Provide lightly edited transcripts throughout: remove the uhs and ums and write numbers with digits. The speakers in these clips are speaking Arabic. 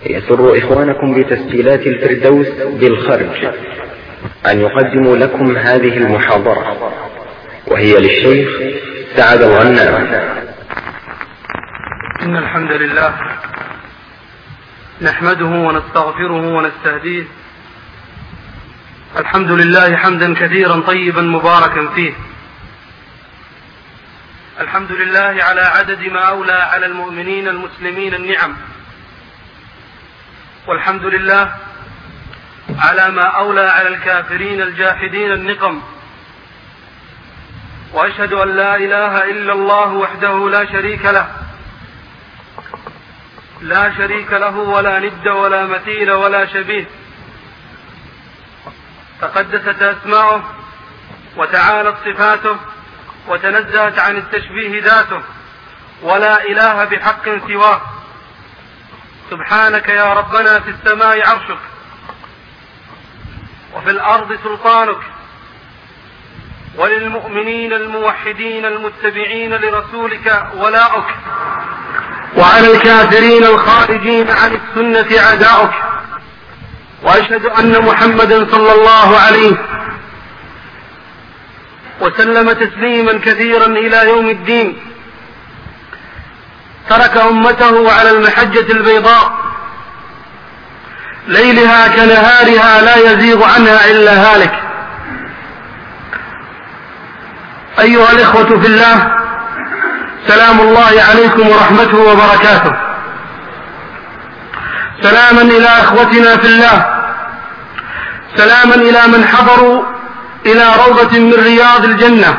يسر إخوانكم بتسجيلات الفردوس بالخرج أن يقدموا لكم هذه المحاضرة، وهي للشيخ سعد الغنام. إن الحمد لله نحمده ونستغفره ونستهديه. الحمد لله حمدا كثيرا طيبا مباركا فيه. الحمد لله على عدد ما أولى على المؤمنين المسلمين النعم، والحمد لله على ما أولى على الكافرين الجاحدين النقم. وأشهد أن لا إله إلا الله وحده لا شريك له، لا شريك له ولا ند ولا مثيل ولا شبيه. تقدست أسماؤه وتعالت صفاته وتنزهت عن التشبيه ذاته، ولا إله بحق سواه. سبحانك يا ربنا، في السماء عرشك وفي الأرض سلطانك، وللمؤمنين الموحدين المتبعين لرسولك ولاؤك، وعلى الكافرين الخارجين عن السنة عداؤك. وأشهد أن محمدا صلى الله عليه وسلم تسليما كثيرا إلى يوم الدين، ترك أمته على المحجة البيضاء ليلها كنهارها لا يزيغ عنها إلا هالك. أيها الإخوة في الله، سلام الله عليكم ورحمته وبركاته. سلاما إلى أخوتنا في الله، سلاما إلى من حضروا إلى روضة من رياض الجنة،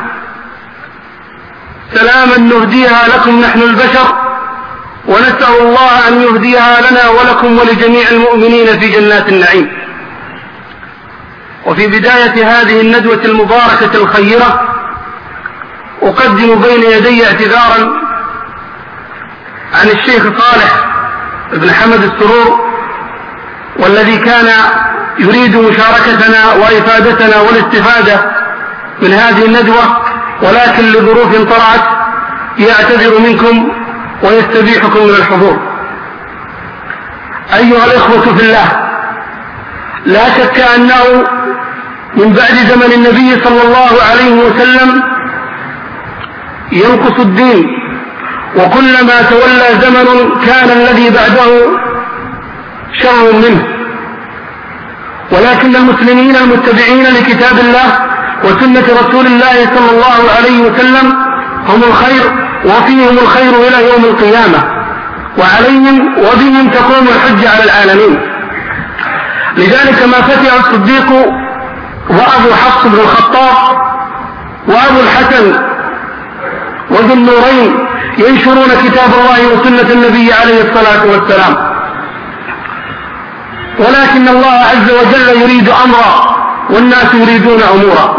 سلاما نهديها لكم نحن البشر، ونسأل الله أن يهديها لنا ولكم ولجميع المؤمنين في جنات النعيم. وفي بداية هذه الندوة المباركة الخيرة أقدم بين يدي اعتذارا عن الشيخ صالح بن حمد السرور، والذي كان يريد مشاركتنا وإفادتنا والاستفادة من هذه الندوة، ولكن لظروف طرأت يعتذر منكم ويستبيحكم من الحضور. أيها الإخوة في الله، لا شك أنه من بعد زمن النبي صلى الله عليه وسلم ينقص الدين، وكلما تولى زمن كان الذي بعده شر منه. ولكن المسلمين المتبعين لكتاب الله وسنة رسول الله صلى الله عليه وسلم هم الخير، وفيهم الخير إلى يوم القيامة، وعليهم وبهم تقوم الحجة على العالمين. لذلك ما فتح الصديق وأبو حفص بن الخطاب وأبو الحسن وذو النورين ينشرون كتاب الله وسنة النبي عليه الصلاة والسلام، ولكن الله عز وجل يريد أمرا والناس يريدون أمورا.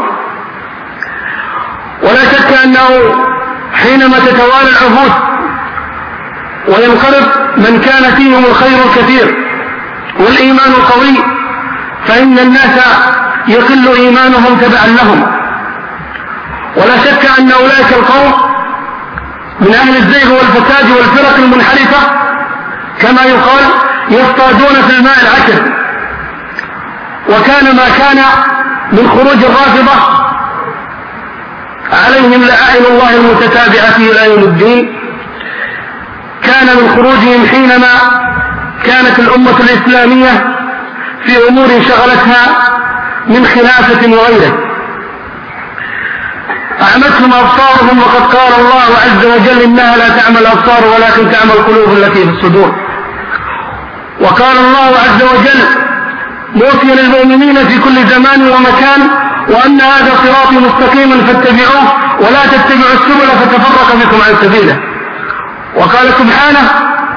ولا شك أنه حينما تتوالى العهود وينقرض من كان فيهم الخير الكثير والإيمان القوي، فإن الناس يقل إيمانهم تبعا لهم. ولا شك أن أولئك القوم من أهل الزيغ والفساد والفرق المنحرفة كما يقال يصطادون في الماء العكر. وكان ما كان من خروج الرافضة عليهم لعائن الله المتتابعة إلى يوم الدين، كان من خروجهم حينما كانت الأمة الإسلامية في أمور شغلتها من خلافة وغيره، أعمتهم أبصارهم، وقد قال الله عز وجل إنها لا تعمى الأبصار ولكن تعمى القلوب التي في الصدور. وقال الله عز وجل موصيا للمؤمنين في كل زمان ومكان وأن هذا صراطي مستقيما فاتبعوه ولا تتبعوا السبل فتفرق بكم عن سبيله. وقال سبحانه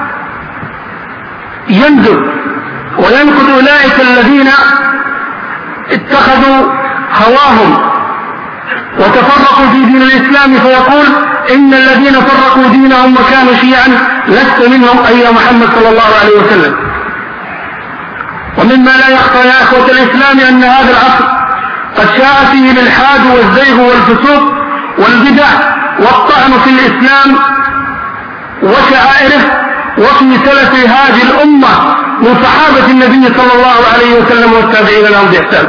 ينزل وينقذ أولئك الذين اتخذوا هواهم وتفرقوا في دين الإسلام، فيقول إن الذين فرقوا دينهم وكانوا شيعا لست منهم أي محمد صلى الله عليه وسلم. ومما لا يخفى يا أخوة الإسلام أن هذا العصر قد شاء فيه الإلحاد والزيغ والفسوق والبدع والطعن في الإسلام وشعائره وفي سلف هذه الأمة من صحابة النبي صلى الله عليه وسلم والتابعين لهم بإحسان.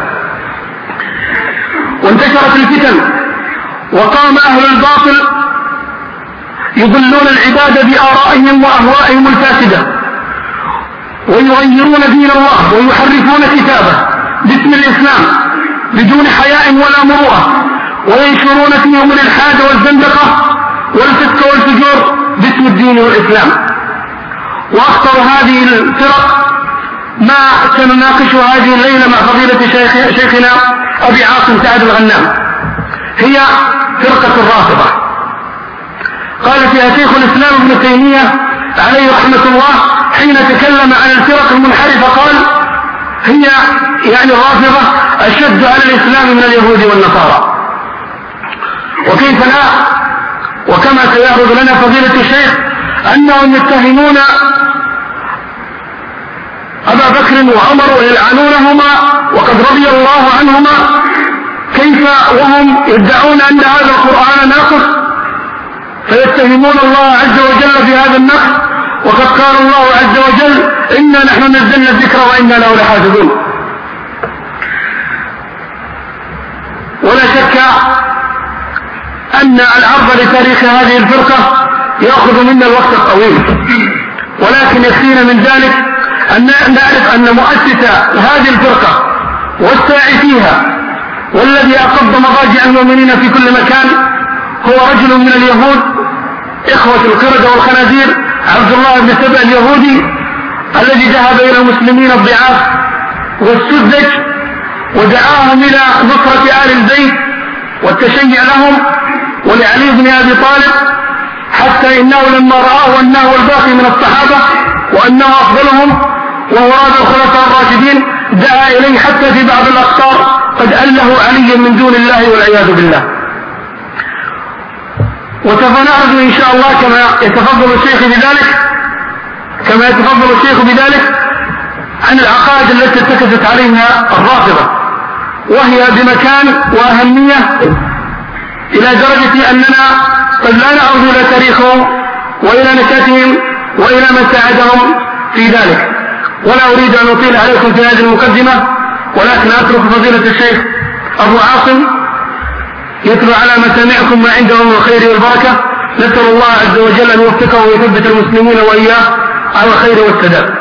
وانتشرت الفتن وقام أهل الباطل يضلون العباد بآرائهم وأهوائهم الفاسدة ويغيرون دين الله ويحرفون كتابه باسم الإسلام بدون حياء ولا مروءة، وينشرون فيهم الإلحاد والزندقة والفسق والفجور باسم الدين والإسلام. وأخطر هذه الفرق ما سنناقشه هذه الليلة مع فضيلة شيخنا أبي عاصم سعد الغنام، هي فرقة الرافضة. قال فيها شيخ الإسلام ابن تيمية عليه رحمة الله حين تكلم عن الفرق المنحرفة قال هي يعني الرافضة أشد على الإسلام من اليهود والنصارى. وكيف لا، وكما سيعرض لنا فضيلة الشيخ أنهم يتهمون أبا بكر وعمر ويلعنونهما وقد رضي الله عنهما، كيف وهم يدعون أن هذا القرآن ناقص، فيتهمون الله عز وجل بهذا النقص، وقد قال الله عز وجل إنا نحن نزلنا الذكر وإنا له لحافظون. ولا شك أن العرض لتاريخ هذه الفرقة يأخذ منا الوقت الطويل، ولكن يكفينا من ذلك أن نعرف أن مؤسس هذه الفرقة والساعي فيها والذي أقض مضاجع المؤمنين في كل مكان هو رجل من اليهود إخوة القردة والخنازير، عبد الله بن سبأ اليهودي، الذي ذهب إلى المسلمين الضعاف والسذج ودعاهم إلى نصرة آل البيت والتشيع لهم ولعلي بن أبي طالب، حتى إنه لما رآه أنه الباقي من الصحابة وأنه أفضلهم وهو هذا الخلفاء الراشدين دعا إليه حتى في بعض الأقطار قد أله عليا من دون الله والعياذ بالله. وسوف نعرض إن شاء الله كما يتفضل الشيخ بذلك عن العقائد التي اتكست عليها الرافضة، وهي بمكان وأهمية إلى درجة أننا قد لا نعود إلى تاريخهم وإلى نشأتهم وإلى من ساعدهم في ذلك. ولا أريد أن أطيل عليكم في هذه المقدمة، ولكن أترك فضيلة الشيخ أبو عاصم يتلو على مسامعكم ما عنده من الخير والبركة. نسأل الله عز وجل أن يوفقه ويثبت المسلمين وإياه على الخير والسداد.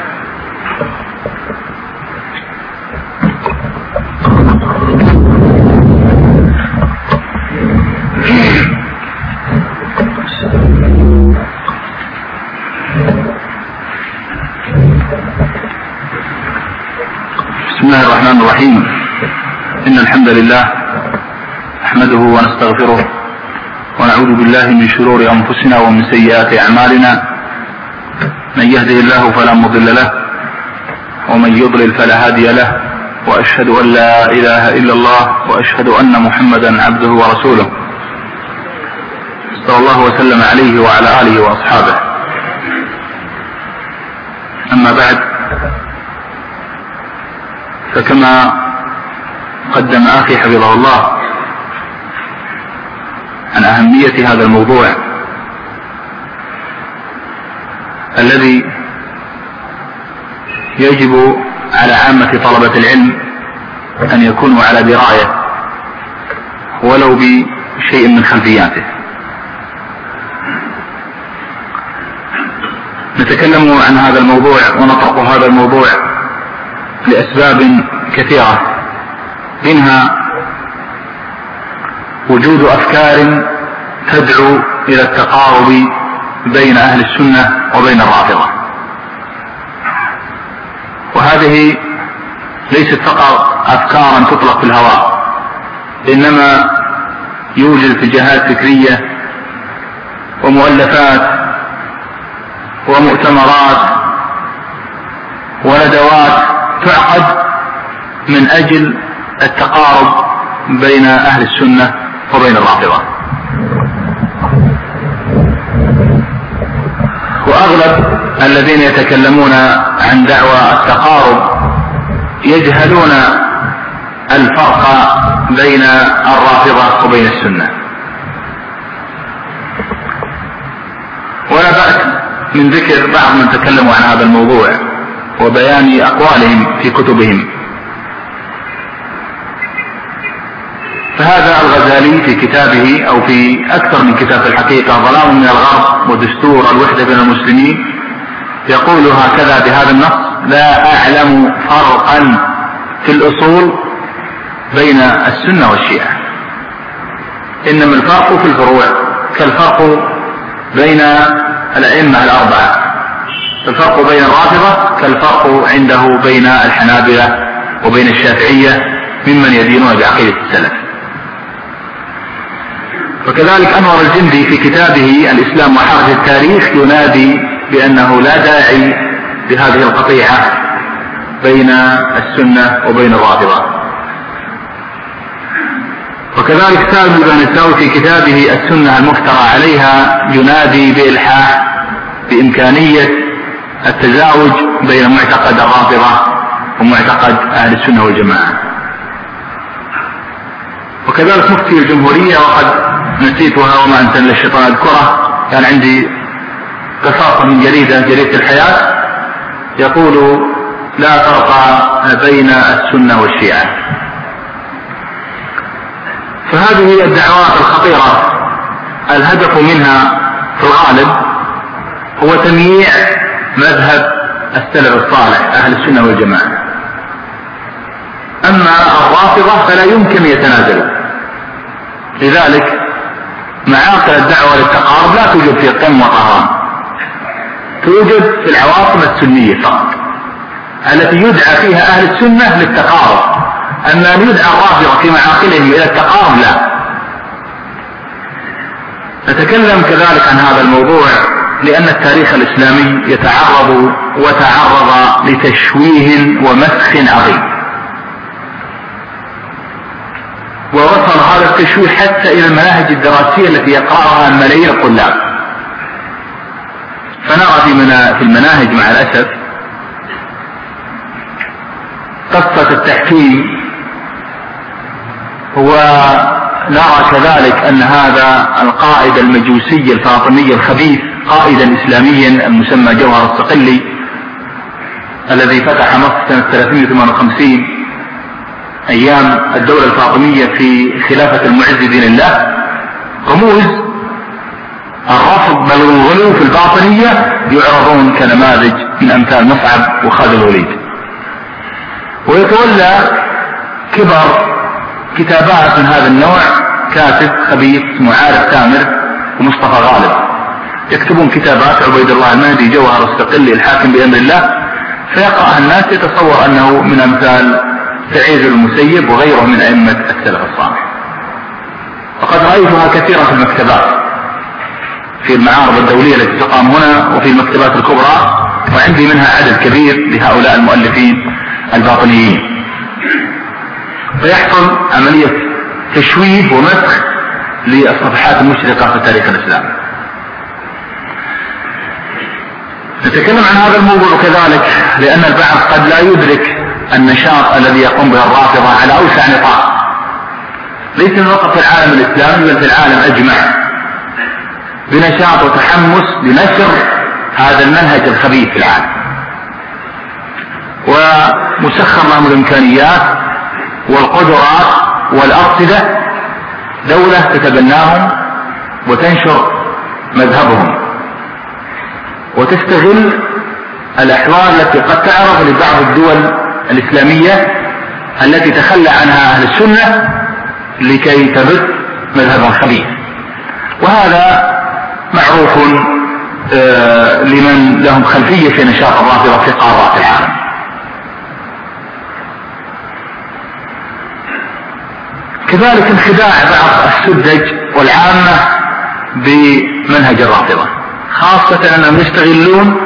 بسم الله الرحمن الرحيم. إن الحمد لله نحمده ونستغفره ونعوذ بالله من شرور أنفسنا ومن سيئات أعمالنا، من يهده الله فلا مضل له ومن يضلل فلا هادي له، وأشهد أن لا إله إلا الله وأشهد أن محمدا عبده ورسوله صلى الله وسلم عليه وعلى آله وأصحابه. أما بعد، فكما قدم أخي حفظه الله عن أهمية هذا الموضوع الذي يجب على عامة طلبة العلم أن يكونوا على دراية ولو بشيء من خلفياته. نتكلم عن هذا الموضوع ونطرق هذا الموضوع لأسباب كثيرة، منها وجود أفكار تدعو إلى التقارب بين أهل السنة وبين الرافضة، وهذه ليست فقط أفكارا تطلق في الهواء، إنما يوجد اتجاهات فكرية ومؤلفات ومؤتمرات وندوات تعقد من أجل التقارب بين أهل السنة وبين الرافضة. وأغلب الذين يتكلمون عن دعوى التقارب يجهلون الفرق بين الرافضة وبين السنة. ولا بأس من ذكر بعض من تكلموا عن هذا الموضوع، وبيان أقوالهم في كتبهم. فهذا الغزالي في كتابه أو في أكثر من كتاب الحقيقة ظلام من الغرب ودستور الوحدة بين المسلمين يقول هكذا بهذا النص: لا أعلم فرقا في الأصول بين السنة والشيعة، إنما الفرق في الفروع كالفرق بين الأئمة الأربعة، الفرق بين الرافضة كالفرق عنده بين الحنابلة وبين الشافعية ممن يدينون بعقيدة السلف. وكذلك أنور الجندي في كتابه الإسلام وحرج التاريخ ينادي بأنه لا داعي لهذه القطيعة بين السنة وبين الرافضة. وكذلك سالم البانساوي في كتابه السنة المفترى عليها ينادي بإلحاح بإمكانية التزاوج بين معتقد الرافضة ومعتقد أهل السنة والجماعة. وكذلك مفتي الجمهورية، وقد نسيتها وما أنت للشيطان أذكره، كان عندي قصاصة من جريدة الحياة يقول: لا فرق بين السنة والشيعة. فهذه الدعوات الخطيرة الهدف منها في الغالب هو تمييع مذهب السلف الصالح أهل السنة والجماعة. أما الرافضة فلا يمكن يتنازلوا، لذلك معاقل الدعوة للتقارب لا توجد في قم وطهران، توجد في العواصم السنية فقط التي يدعى فيها أهل السنة للتقارب. أما أن يدعى الرافضة في معاقلهم إلى التقارب لا. نتكلم كذلك عن هذا الموضوع لأن التاريخ الإسلامي يتعرض وتعرض لتشويه ومسخ عظيم، ووصل هذا التشويه حتى إلى المناهج الدراسية التي يقرأها ملايين الطلاب. فنرى في المناهج مع الأسف قصة التحكيم، ونرى كذلك أن هذا القائد المجوسي الفاطمي الخبيث قائدا إسلاميا المسمى جوهر الصقلي الذي فتح مصر سنة 358 أيام الدولة الفاطمية في خلافة المعز دين الله، رموز الرفض بل والغلو في الباطنية يعرضون كنماذج من أمثال مصعب وخالد الوليد. ويتولى كبر كتابات من هذا النوع كاتب خبيث معارف تامر ومصطفى غالب، يكتبون كتابات عبيد الله المهدي جوهر الصقلي الحاكم بأمر الله، فيقرأ الناس يتصور أنه من أمثال سعيد المسيب وغيره من أئمة السلف الصالح. وقد رأيتها كثيرا في المكتبات، في المعارض الدولية التي تقام هنا وفي المكتبات الكبرى، وعندي منها عدد كبير لهؤلاء المؤلفين الباطنيين. فيحصل عملية تشويه ومسخ للصفحات المشرقة في تاريخ الإسلام. نتكلم عن هذا الموضوع كذلك لأن البعض قد لا يدرك النشاط الذي يقوم به الرافضة على أوسع نطاق، ليس فقط في العالم الإسلامي بل في العالم أجمع، بنشاط وتحمس لنشر هذا المنهج الخبيث في العالم، ومسخر لهم الإمكانيات والقدرات والأرصدة، دولة تتبناهم وتنشر مذهبهم وتستغل الأحوال التي قد تعرض لبعض الدول الإسلامية التي تخلى عنها أهل السنة لكي تبث مذهبا خبيث. وهذا معروف لمن لهم خلفية في نشاط الرافضة في قارات العالم. كذلك انخداع بعض السذج والعامة بمنهج الرافضة، خاصة أنهم يستغلون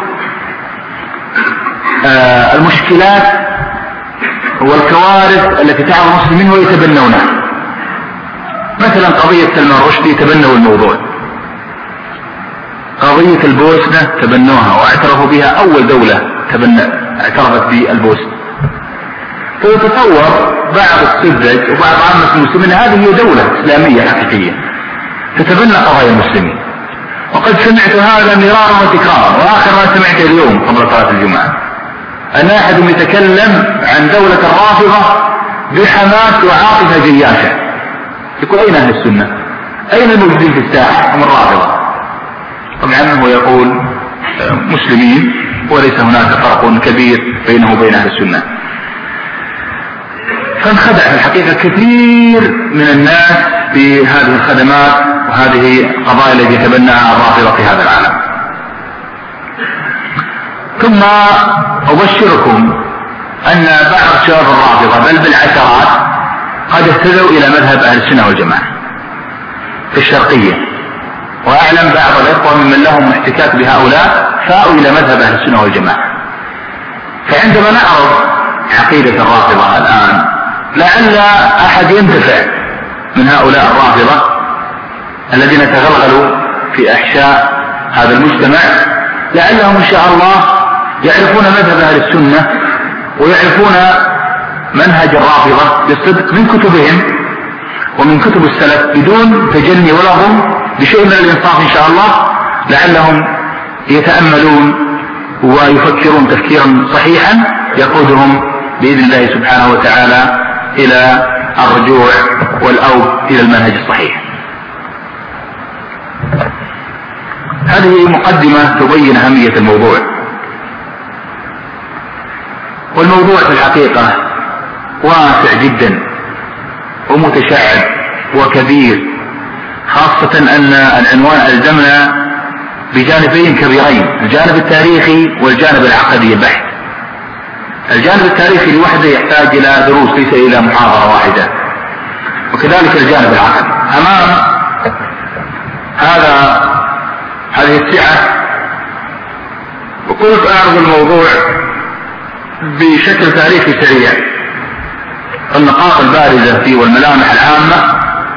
المشكلات والكوارث التي تعرض المسلمين ويتبنونها. مثلا قضية سلمان رشدي تبنوا الموضوع، قضية البوسنة تبنوها واعترفوا بها، أول دولة اعترفت بالبوسنة. فيتصور بعض السذج وبعض عامة المسلمين هذه هي دولة إسلامية حقيقية تتبنى قضايا المسلمين. وقد سمعت هذا مرارا وتكرارا، وآخر ما سمعت اليوم قبل صلاة الجمعة أن أحد يتكلم عن دولة الرافضة بحماس وعاطفة جياشة، يقول أين أهل السنة؟ أين الموجودين في الساحة هم الرافضة؟ طبعا هو يقول مسلمين وليس هناك فرق كبير بينه وبين أهل السنة. فانخدع في الحقيقة كثير من الناس بهذه الخدمات وهذه القضايا التي يتبناها الرافضة في هذا العالم. ثم أبشركم أن بعض شباب الرافضة بل بالعشرات قد اهتدوا إلى مذهب أهل السنة والجماعة في الشرقية، وأعلم بعض الإخوة ممن لهم احتكاك بهؤلاء فاؤوا إلى مذهب أهل السنة والجماعة. فعندما نعرض عقيدة الرافضة الآن لعل أحد ينتفع من هؤلاء الرافضة الذين تغلغلوا في أحشاء هذا المجتمع، لعلهم إن شاء الله يعرفون مذهب أهل السنة ويعرفون منهج الرافضة بالصدق من كتبهم ومن كتب السلف بدون تجني ولا ظلم، بشيء من الإنصاف إن شاء الله، لعلهم يتأملون ويفكرون تفكيرا صحيحا يقودهم بإذن الله سبحانه وتعالى إلى الرجوع والأوب إلى المنهج الصحيح. هذه مقدمة تبين أهمية الموضوع، والموضوع في الحقيقة واسع جدا ومتشعب وكبير، خاصة أن العنوان ألزمنا بجانبين كبيرين، الجانب التاريخي والجانب العقدي البحث. الجانب التاريخي لوحده يحتاج إلى دروس ليس إلى محاضرة واحدة، وكذلك الجانب العقدي. أمام هذه السعة وقلت أعرض الموضوع بشكل تاريخي سريع، النقاط البارزة فيه والملامح العامة،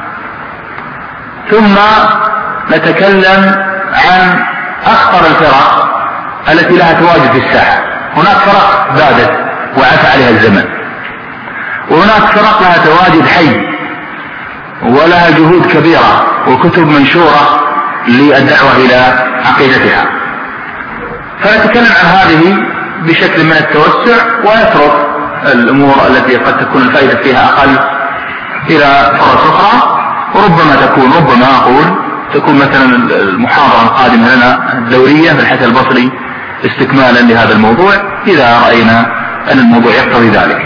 ثم نتكلم عن أخطر الفرق التي لها تواجد في الساحة. هناك فرق بادت وعفى عليها الزمن، وهناك فرق لها تواجد حي ولها جهود كبيرة وكتب منشورة للدعوة إلى عقيدتها. فنتكلم عن هذه بشكل من التوسع ونترك الأمور التي قد تكون الفائدة فيها أقل إلى فرص أخرى، وربما تكون مثلا المحاضرة القادمة لنا الدورية في الحسن البصري استكمالا لهذا الموضوع إذا رأينا أن الموضوع يقتضي ذلك.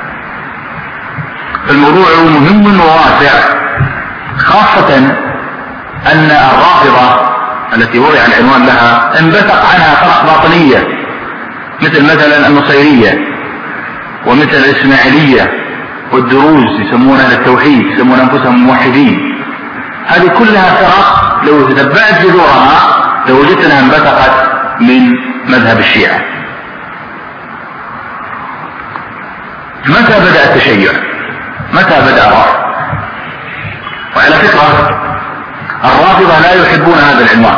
الموضوع مهم وواسع، خاصة أن الرافضة التي وضع العنوان لها انبثق عنها فرق باطنية مثلا النصيرية ومثل الإسماعيلية والدروز يسمونها التوحيد، يسمون أنفسهم موحدين. هذه كلها فرق لو تتبعت جذورها لوجدت أنها انبثقت من مذهب الشيعة. متى بدأ التشيع؟ متى بدأ الرافض؟ وعلى فكرة الرافضة لا يحبون هذا العنوان،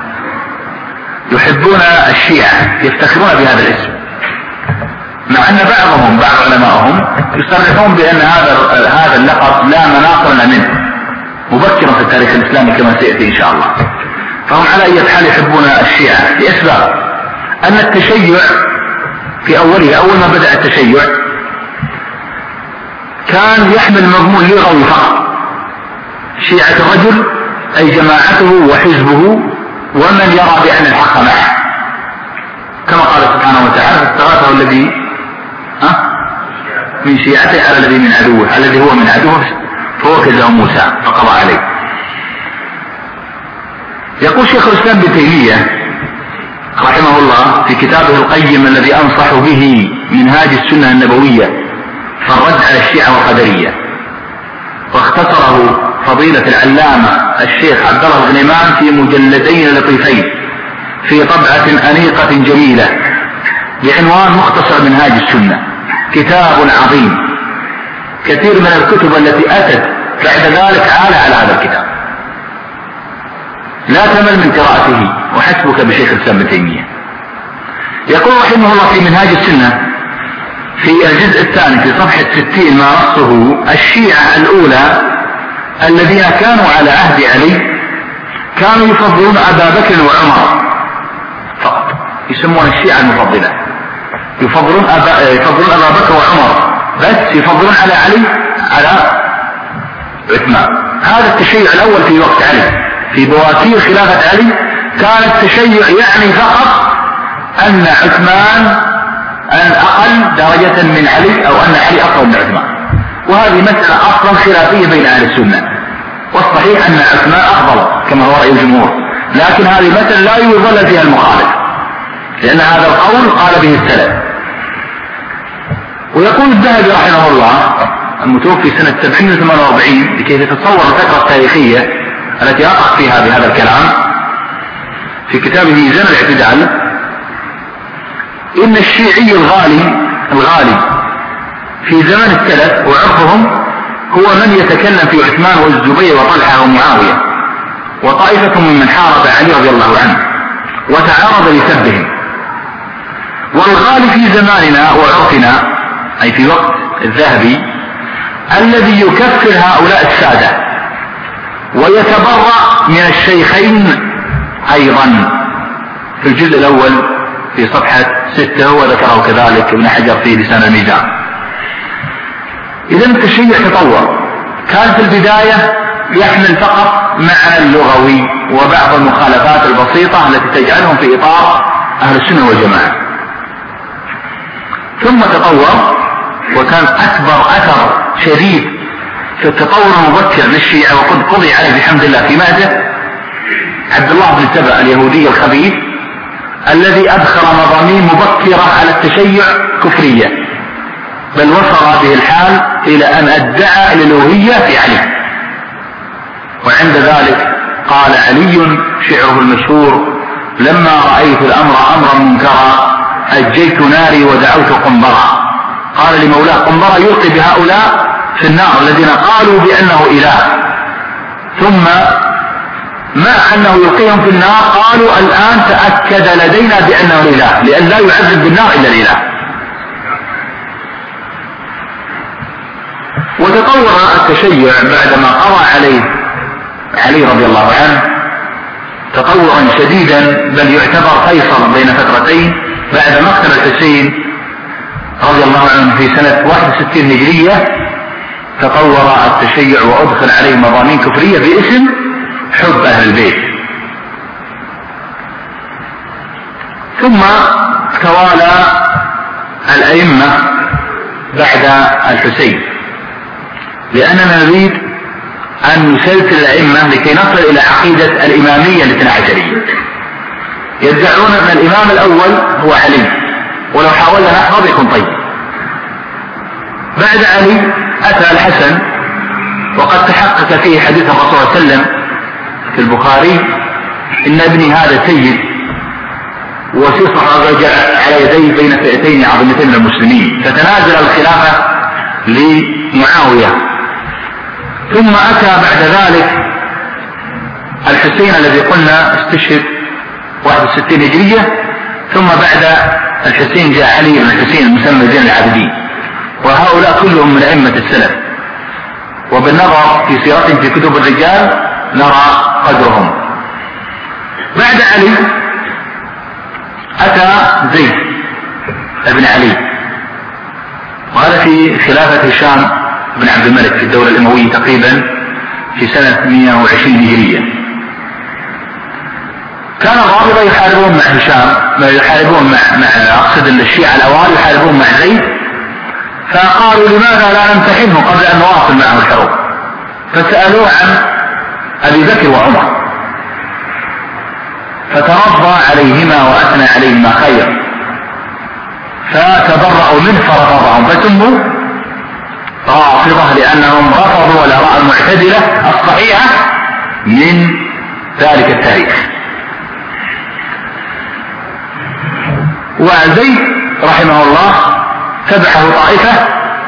يحبون الشيعة، يفتخرون بهذا الاسم، مع أن بعض علمائهم يصرحون بأن هذا اللقب لا مناص لنا منه مبكرا في التاريخ الإسلامي كما سيأتي إن شاء الله. فهم على أي حال يحبون الشيعة لأسباب: أن التشيع في أوله، أول ما بدأ التشيع كان يحمل مضمون لغوي فقط، شيعة الرجل أي جماعته وحزبه ومن يرى بأن الحق معه، كما قال سبحانه وتعالى: فاستغاثه الذي من شيعته على الذي من عدوه، الذي هو من عدوه فوكزه موسى فقضى عليه. يقول شيخ الإسلام ابن تيمية رحمه الله في كتابه القيم الذي أنصح به منهاج السنة النبوية في الرد على الشيعة والقدرية، واختصره فضيلة العلامة الشيخ عبد الله الغنيمان في مجلدين لطيفين في طبعة أنيقة جميلة بعنوان مختصر منهاج السنة، كتاب عظيم. كثير من الكتب التي أتت بعد ذلك عالة على هذا الكتاب، لا تمل من قراءته، وحسبك بشيخ الإسلام ابن تيمية. يقول رحمه الله في منهاج السنة في الجزء الثاني في صفحة 60 ما نصه: الشيعة الأولى الذين كانوا على عهد علي كانوا يفضلون أبا بكر وعمر فقط، يسمون الشيعة المفضلة، يفضلون أبا بكر وعمر، بس يفضلون على علي على عثمان. هذا التشيع الأول في وقت علي، في بواتير خلافة علي كان التشيع يعني فقط أن عثمان أن أقل درجة من علي أو أن علي أقل من عثمان، وهذه مسألة أصلا خلافية بين أهل السنة، والصحيح أن عثمان أفضل كما هو رأي الجمهور، لكن هذه مسألة لا يظل فيها المخالف، لأن هذا القول قال به السلف. ويقول الذهبي رحمه الله المتوفي سنة 748 لكي تتصور الفترة التاريخية التي أقع فيها بهذا الكلام في كتابه ميزان الاعتدال: إن الشيعي الغالي في زمن السلف وعرفهم هو من يتكلم في عثمان والزبير وطلحة ومعاوية وطائفة من حارب علي رضي الله عنه وتعرض لسبهم. والغالي في زماننا وعرفنا أي في وقت الذهبي الذي يكفر هؤلاء السادة ويتبرأ من الشيخين أيضا، في الجزء الأول في صفحة 6 وذكره كذلك ابن حجر في لسان الميزان. إذا التشيع تطور، كان في البداية يحمل فقط معنى اللغوي وبعض المخالفات البسيطة التي تجعلهم في إطار أهل السنة والجماعة، ثم تطور وكان أكبر أثر شديد في التطور المبكر للشيعة وقد قضي عليه بحمد الله في مهده عبد الله بن سبأ اليهودي الخبيث الذي أدخل مضامين مبكرة على التشيع كفرية، بل وصل به الحال إلى أن أدعى الألوهية في علي. وعند ذلك قال علي شعره المشهور: لما رأيت الأمر أمرا منكرا أجيت ناري ودعوت قنبرا. قال لمولاه: قنبرا يلقي بهؤلاء في النار الذين قالوا بأنه إله، ثم مع أنه يلقيهم في النار قالوا الآن تأكد لدينا بأنه إله، لأن لا يعذب بالنار إلا الإله. وتطور التشيع بعدما قضى عليه علي رضي الله عنه تطورا شديدا، بل يعتبر فيصل بين فترتين. بعد مقتل الحسين رضي الله عنه في سنة 61 هجرية تطور التشيع وأدخل عليه مضامين كفرية باسم حب أهل البيت. ثم توالى الأئمة بعد الحسين، لأننا نريد أن نسلسل الأئمة لكي نصل إلى عقيدة الإمامية الاثنى عشرية. يدعون أن الإمام الأول هو علي، ولو حاولنا نحفظ يكون طيب. بعد علي أتى الحسن، وقد تحقق فيه حديث الرسول صلى الله عليه وسلم في البخاري: إن ابني هذا سيد وسيصعد رجع على يديه بين فئتين عظيمتين من المسلمين، فتنازل الخلافة لمعاوية. ثم أتى بعد ذلك الحسين الذي قلنا استشهد 61 هجرية، ثم بعد الحسين جاء علي بن الحسين المسمى زين العابدين، وهؤلاء كلهم من أئمة السلف، وبالنظر في سيرتهم في كتب الرجال نرى قدرهم. بعد علي أتى زيد بن علي، وهذا في خلافة هشام بن عبد الملك في الدولة الأموية تقريبا في سنة 120 هجرية. كان الرافضة يحاربون مع هشام، يحاربون مع أقصد الشيعة الأوائل يحاربون مع زيد، فقالوا لماذا لا نمتحنه قبل أن نواصل معه الحروب؟ فسألوه عن أبي بكر وعمر، فترضى عليهما وأثنى عليهما خير، فتبرأوا منه فرفضهم، فسموا رافضة لأنهم رفضوا الآراء المعتدلة الصحيحة من ذلك التاريخ. وزيد رحمه الله تبعه طائفة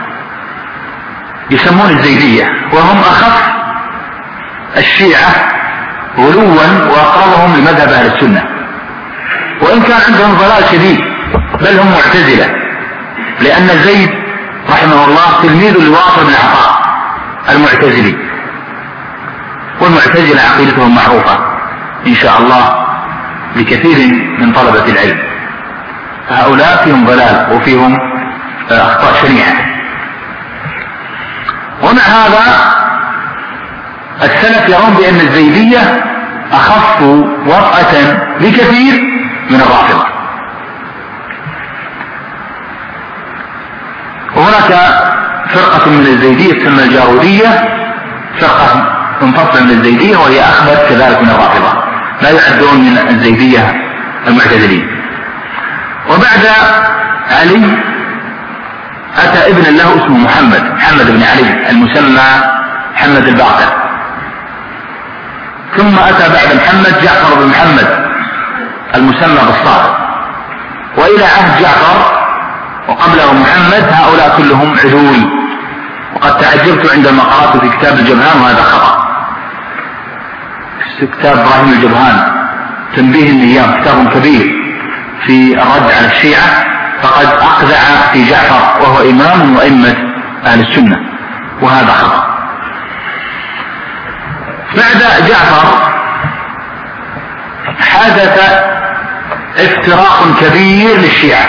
يسمون الزيدية، وهم أخف الشيعة غلوا وأقربهم لمذهب أهل السنة، وإن كان عندهم ضلال شديد، بل هم معتزلة، لأن زيد رحمه الله تلميذ لواصل بن عطاء المعتزلي، والمعتزلة عقيدتهم معروفة إن شاء الله لكثير من طلبة العلم. هؤلاء فيهم ضلال وفيهم أخطاء شنيعة. ومع هذا السلف يرون بأن الزيدية أخف وطأة بكثير من الرافضة. وهناك فرقة من الزيدية تسمى الجارودية، فرقة منفصلة من الزيدية وهي أخبث كذلك من الرافضة، لا يعدون من الزيدية المعتزلين. وبعد علي أتى ابن له اسمه محمد بن علي المسمى محمد الباقر، ثم أتى بعد محمد جعفر بن محمد المسمى بالصادق، وإلى عهد جعفر وقبله محمد هؤلاء كلهم عدول. وقد تعجبت عندما قرأت في كتاب الجبهان، وهذا خطأ، في كتاب إبراهيم الجبهان تنبيه النيام، كتاب كبير في الرد على الشيعة، فقد أقذع في جعفر وهو إمام من أئمة أهل السنة، وهذا خطأ. بعد جعفر حدث افتراق كبير للشيعة،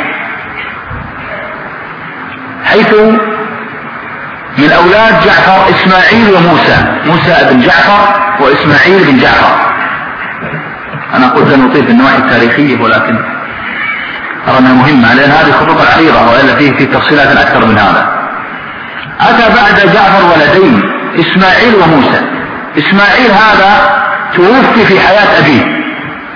حيث من أولاد جعفر إسماعيل موسى بن جعفر وإسماعيل بن جعفر. أنا قلت أن نطيل في النواحي التاريخية، ولكن أرى أنها مهمة لأن هذه خطوط عريضة، وإلا فيه تفصيلات أكثر من هذا. أتى بعد جعفر ولدين إسماعيل وموسى. إسماعيل هذا توفي في حياة أبيه،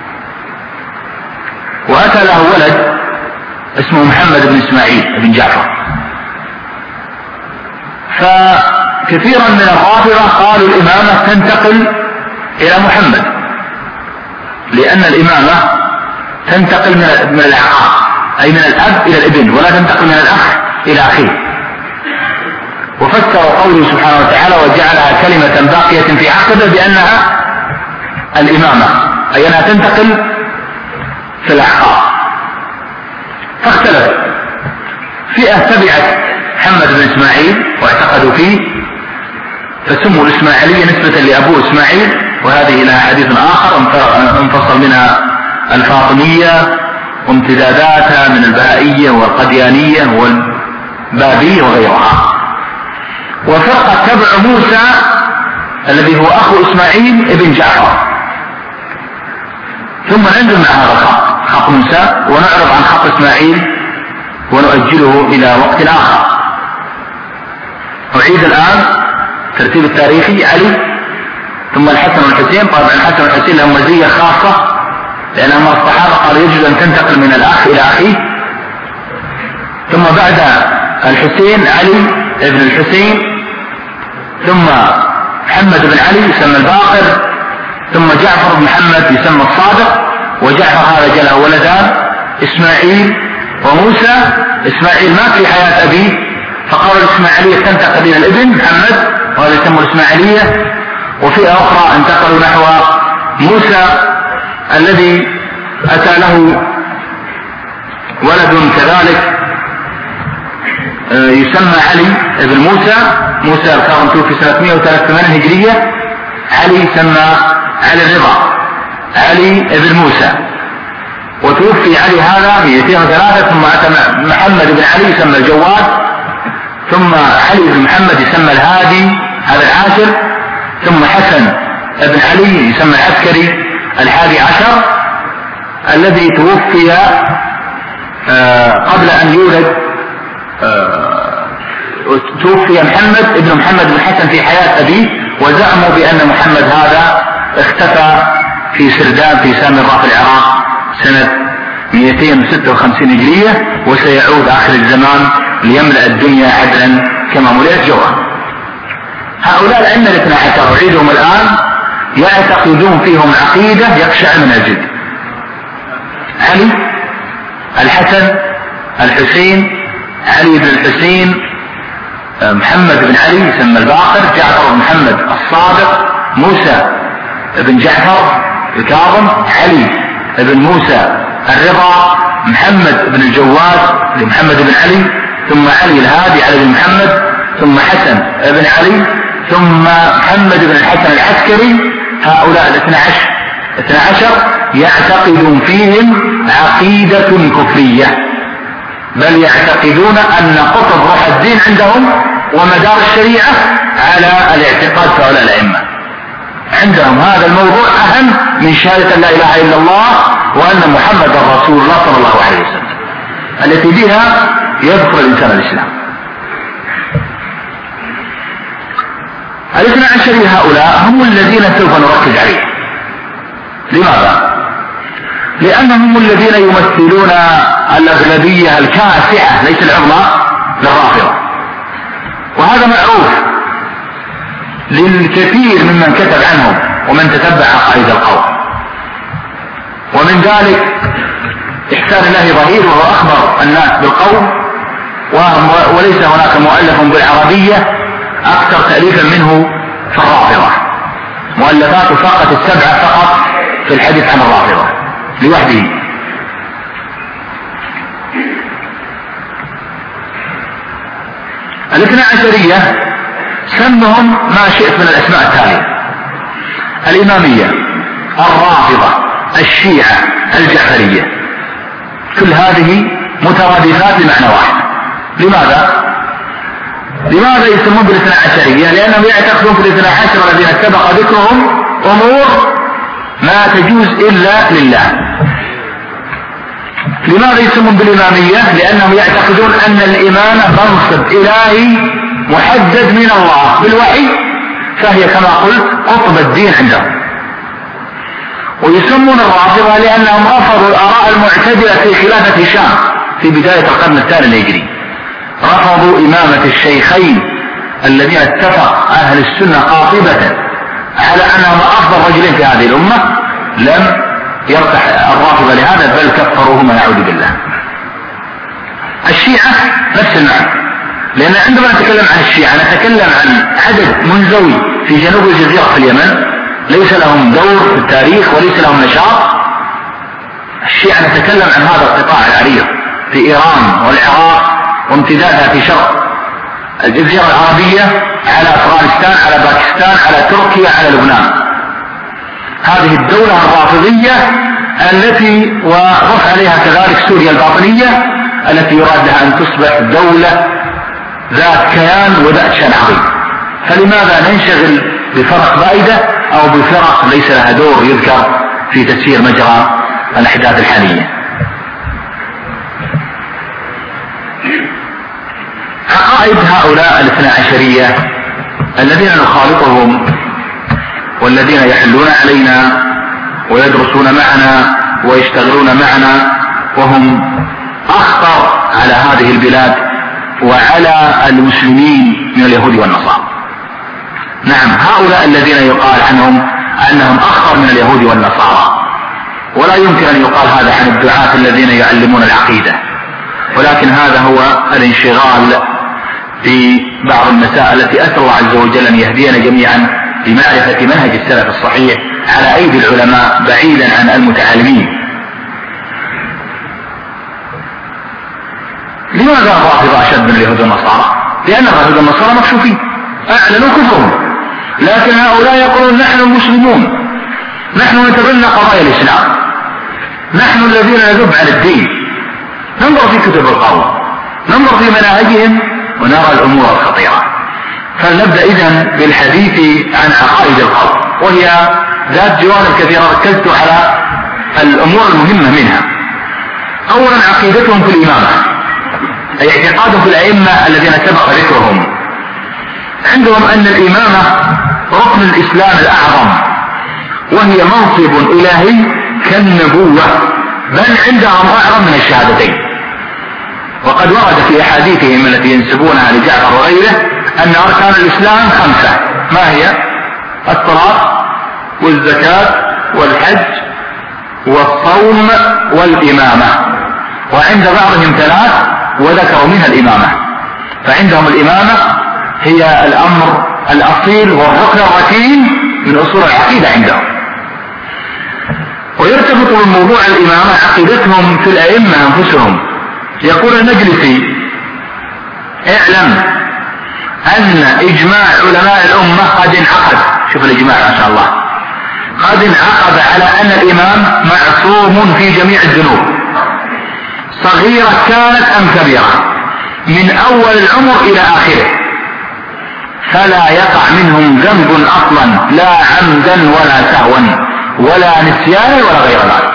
وأتى له ولد اسمه محمد بن إسماعيل بن جعفر. فكثيرا من الرافضة قالوا الإمامة تنتقل إلى محمد، لأن الإمامة تنتقل من الأعقاب، أي من الأب إلى الابن، ولا تنتقل من الأخ إلى أخيه. وفسروا قوله سبحانه وتعالى وجعلها كلمة باقية في عقبه بأنها الإمامة، أي أنها تنتقل في الأعقاب. فاختلف فئة تبعت محمد بن إسماعيل واعتقدوا فيه فسموا الإسماعيلية نسبة لأبوه إسماعيل، وهذه لها حديث آخر انفصل منها الفاطمية وامتداداتها من البهائية والقديانية والبابية وغيرها. وفرقة تبع موسى الذي هو أخو إسماعيل ابن جعفر. ثم ننزل مع هذا خط موسى ونعرض عن خط إسماعيل ونؤجله إلى وقت آخر. أعيد الآن ترتيب التاريخي: علي، ثم الحسن والحسين. طبعا الحسن والحسين لهم مزية خاصة لأنهم الصحابة قالوا يجوز أن تنتقل من الأخ إلى أخيه. ثم بعد الحسين علي ابن الحسين، ثم محمد بن علي يسمى الباقر، ثم جعفر بن محمد يسمى الصادق. وجعفر هذا جاء له ولدان إسماعيل وموسى. إسماعيل مات في حياة أبيه، فقالوا الإسماعيلية تنتقل إلى الابن محمد وهذا يسمى الإسماعيلية. وفئة أخرى انتقلوا نحو موسى الذي أتى له ولد كذلك يسمى علي ابن موسى الكاظم توفي سنة 183 هجرية. علي يسمى علي الرضا، علي ابن موسى. وتوفي علي هذا 203. ثم أتى محمد بن علي يسمى الجواد، ثم علي بن محمد يسمى الهادي هذا العاشر، ثم حسن ابن علي يسمى العسكري 11 الذي توفي قبل أن يولد. توفي ابن محمد بن حسن في حياة أبيه، وزعموا بأن محمد هذا اختفى في سرداب في سامراء في العراق سنة 256 هجرية، وسيعود آخر الزمان ليملأ الدنيا عدلا كما ملئت جوعا. هؤلاء الأئمة الاثنى عشر أعيدهم الآن يعتقدون فيهم عقيدة يقشع من الجلد: علي، الحسن، الحسين، علي بن الحسين، محمد بن علي يسمى الباقر، جعفر بن محمد الصادق، موسى بن جعفر الكاظم، علي بن موسى الرضا، محمد بن الجواد لمحمد بن علي، ثم علي الهادي علي بن محمد، ثم حسن بن علي، ثم محمد بن الحسن العسكري. هؤلاء الاثنى عشر يعتقدون فيهم عقيدة كفرية بل يعتقدون أن قطب روح الدين عندهم ومدار الشريعة على الاعتقاد في هؤلاء الأئمة. عندهم هذا الموضوع أهم من شهادة لا إله إلا الله وأن محمد رسول الله صلى الله عليه وسلم، التي بها يدخل الإنسان الإسلام. الاثنى عشرية هؤلاء هم الذين سوف نركز عليه. لماذا؟ لأنهم الذين يمثلون الأغلبية الكاسحة ليس العظمى للرافضة، وهذا معروف للكثير ممن كتب عنهم ومن تتبع عقائد القوم. ومن ذلك إحسان الله ظهير، وهو أخبر الناس بالقوم، وليس هناك مؤلف بالعربية أكثر تأليفا منه في الرافضة، مؤلفاته فقط 7 فقط في الحديث عن الرافضة لوحده. الاثنى عشرية سمهم ما شئت من الأسماء التالية: الإمامية، الرافضة، الشيعة، الجعفرية، كل هذه مترادفات بمعنى واحد. لماذا يسمون بالاثنى عشرية؟ لأنهم يعتقدون في الاثنى عشر الذين سبق ذكرهم أمور ما تجوز إلا لله. لماذا يسمون بالإمامية؟ لأنهم يعتقدون أن الإمامة منصب إلهي محدد من الله بالوحي، فهي كما قلت قطب الدين عندهم. ويسمون الرافضة لأنهم رفضوا الآراء المعتدلة في خلافة هشام في بداية القرن الثاني الهجري، رفضوا إمامة الشيخين الذين اتفق أهل السنة قاطبة على أنهم أفضل رجلين في هذه الأمة. لم يرتح الرافضة لهذا بل كفروهما نعوذ بالله. الشيعة نفس المعنى، لأن عندما نتكلم عن الشيعة نتكلم عن عدد منزوي في جنوب الجزيرة في اليمن ليس لهم دور في التاريخ وليس لهم نشاط. الشيعة نتكلم عن هذا القطاع العريض في إيران والعراق وامتدادها في شرق الجزيرة العربية على أفغانستان على باكستان على تركيا على لبنان. هذه الدولة الرافضية التي وضف عليها كذلك سوريا الباطنية التي يراد لها أن تصبح دولة ذات كيان وذات شأن عظيم. فلماذا ننشغل بفرق بائدة أو بفرق ليس لها دور يذكر في تسيير مجرى الأحداث الحالية؟ عقائد هؤلاء الاثنى عشرية الذين نخالطهم والذين يحلون علينا ويدرسون معنا ويشتغلون معنا، وهم أخطر على هذه البلاد وعلى المسلمين من اليهود والنصارى. نعم، هؤلاء الذين يقال عنهم أنهم أخطر من اليهود والنصارى، ولا يمكن أن يقال هذا عن الدعاة الذين يعلمون العقيدة، ولكن هذا هو الانشغال في بعض المسائل التي أسأل الله عز وجل أن يهدينا جميعا لمعرفة منهج السلف الصحيح على أيدي العلماء بعيدا عن المتعلمين. لماذا الرافضة أشد من اليهود والنصارى؟ لأن اليهود والنصارى مكشوفين أعلنوا كفرهم، لكن هؤلاء يقولون نحن المسلمون، نحن نتبنى قضايا الإسلام، نحن الذين نذب عن الدين. ننظر في كتب القوم، ننظر في مناهجهم ونرى الأمور الخطيرة. فلنبدأ إذن بالحديث عن عقائد القوم، وهي ذات جوانب كثيرة ركزت على الأمور المهمة منها. أولا عقيدتهم في الإمامة، أي اعتقادهم في الأئمة الذين سبق ذكرهم. عندهم أن الإمامة ركن الإسلام الأعظم، وهي منصب إلهي كالنبوة، بل عندهم أعظم من الشهادتين. وقد ورد في أحاديثهم التي ينسبونها لجعفر وغيره أن أركان الإسلام 5، ما هي؟ الصلاة والزكاة والحج والصوم والإمامة، وعند بعضهم 3 وذكروا منها الإمامة. فعندهم الإمامة هي الأمر الأصيل والركن الركين من أصول العقيدة عندهم. ويرتبط بالموضوع الإمامة عقيدتهم في الأئمة أنفسهم. يقول المجلسي: اعلم أن إجماع علماء الأمة قد انعقد، شوف الإجماع ما شاء الله، قد انعقد على أن الإمام معصوم في جميع الذنوب، صغيرة كانت أم كبيرة، من أول العمر إلى آخره، فلا يقع منهم ذنب أصلا، لا عمدا ولا سهوا ولا نسيانا ولا غير ذلك.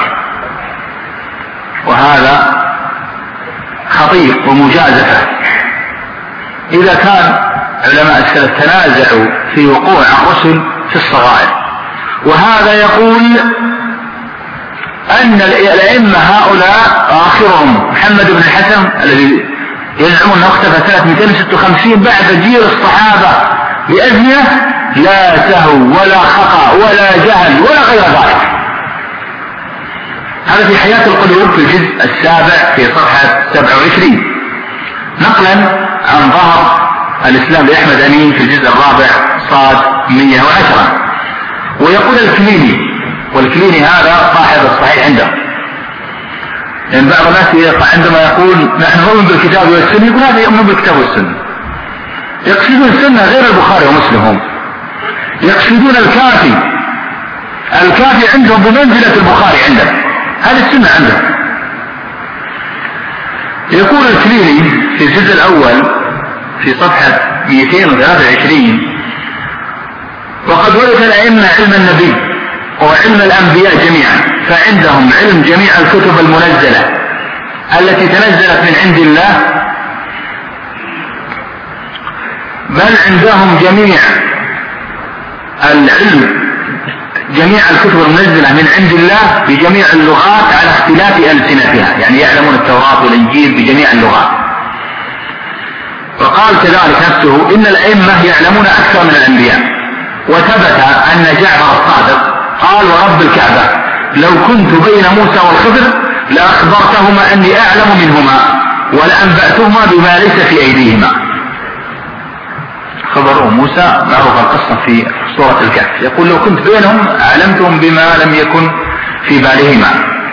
وهذا خطير ومجازفة. إذا كان علماء السلف تنازعوا في وقوع الرسل في الصغائر، وهذا يقول أن الأئمة هؤلاء آخرهم محمد بن الحسن الذي يزعم أنه اختفى سنة 256 بعد جيل الصحابة بأزمنة، لا سهو ولا خطأ ولا جهل ولا غير ذلك. هذا في حياة القلوب في الجزء 7 في صفحة 27، نقلا عن ظهر الإسلام لأحمد أمين في الجزء 4 صاد 110. ويقول الكليني، والكليني هذا صاحب الصحيح عنده، يعني بعض الناس يقع عندما يقول نحن نؤمن بالكتاب والسنة، يقول هذا يؤمن بالكتاب والسنة، يقصدون السنة غير البخاري ومسلم، هم يقصدون الكافي عندهم بمنزلة البخاري عندهم، هذه السنة عندهم. يقول الكليني في الجزء الأول في صفحة 223: وقد ورث الأئمة علم النبي وعلم الأنبياء جميعا، فعندهم علم جميع الكتب المنزلة التي تنزلت من عند الله، بل عندهم جميع العلم جميع الكتب المنزلة من عند الله بجميع اللغات على اختلاف ألسنتها، يعني يعلمون التوراة والإنجيل بجميع اللغات. وقال كذلك نفسه: إن الأئمة يعلمون أكثر من الأنبياء. وثبت أن جعفر الصادق قال: ورب الكعبة لو كنت بين موسى والخضر لأخبرتهما أني أعلم منهما ولأنبأتهما بما ليس في أيديهما. خبروا موسى معروف القصة في سورة الكهف، يقول: لو كنت بينهم علمتهم بما لم يكن في بالهما.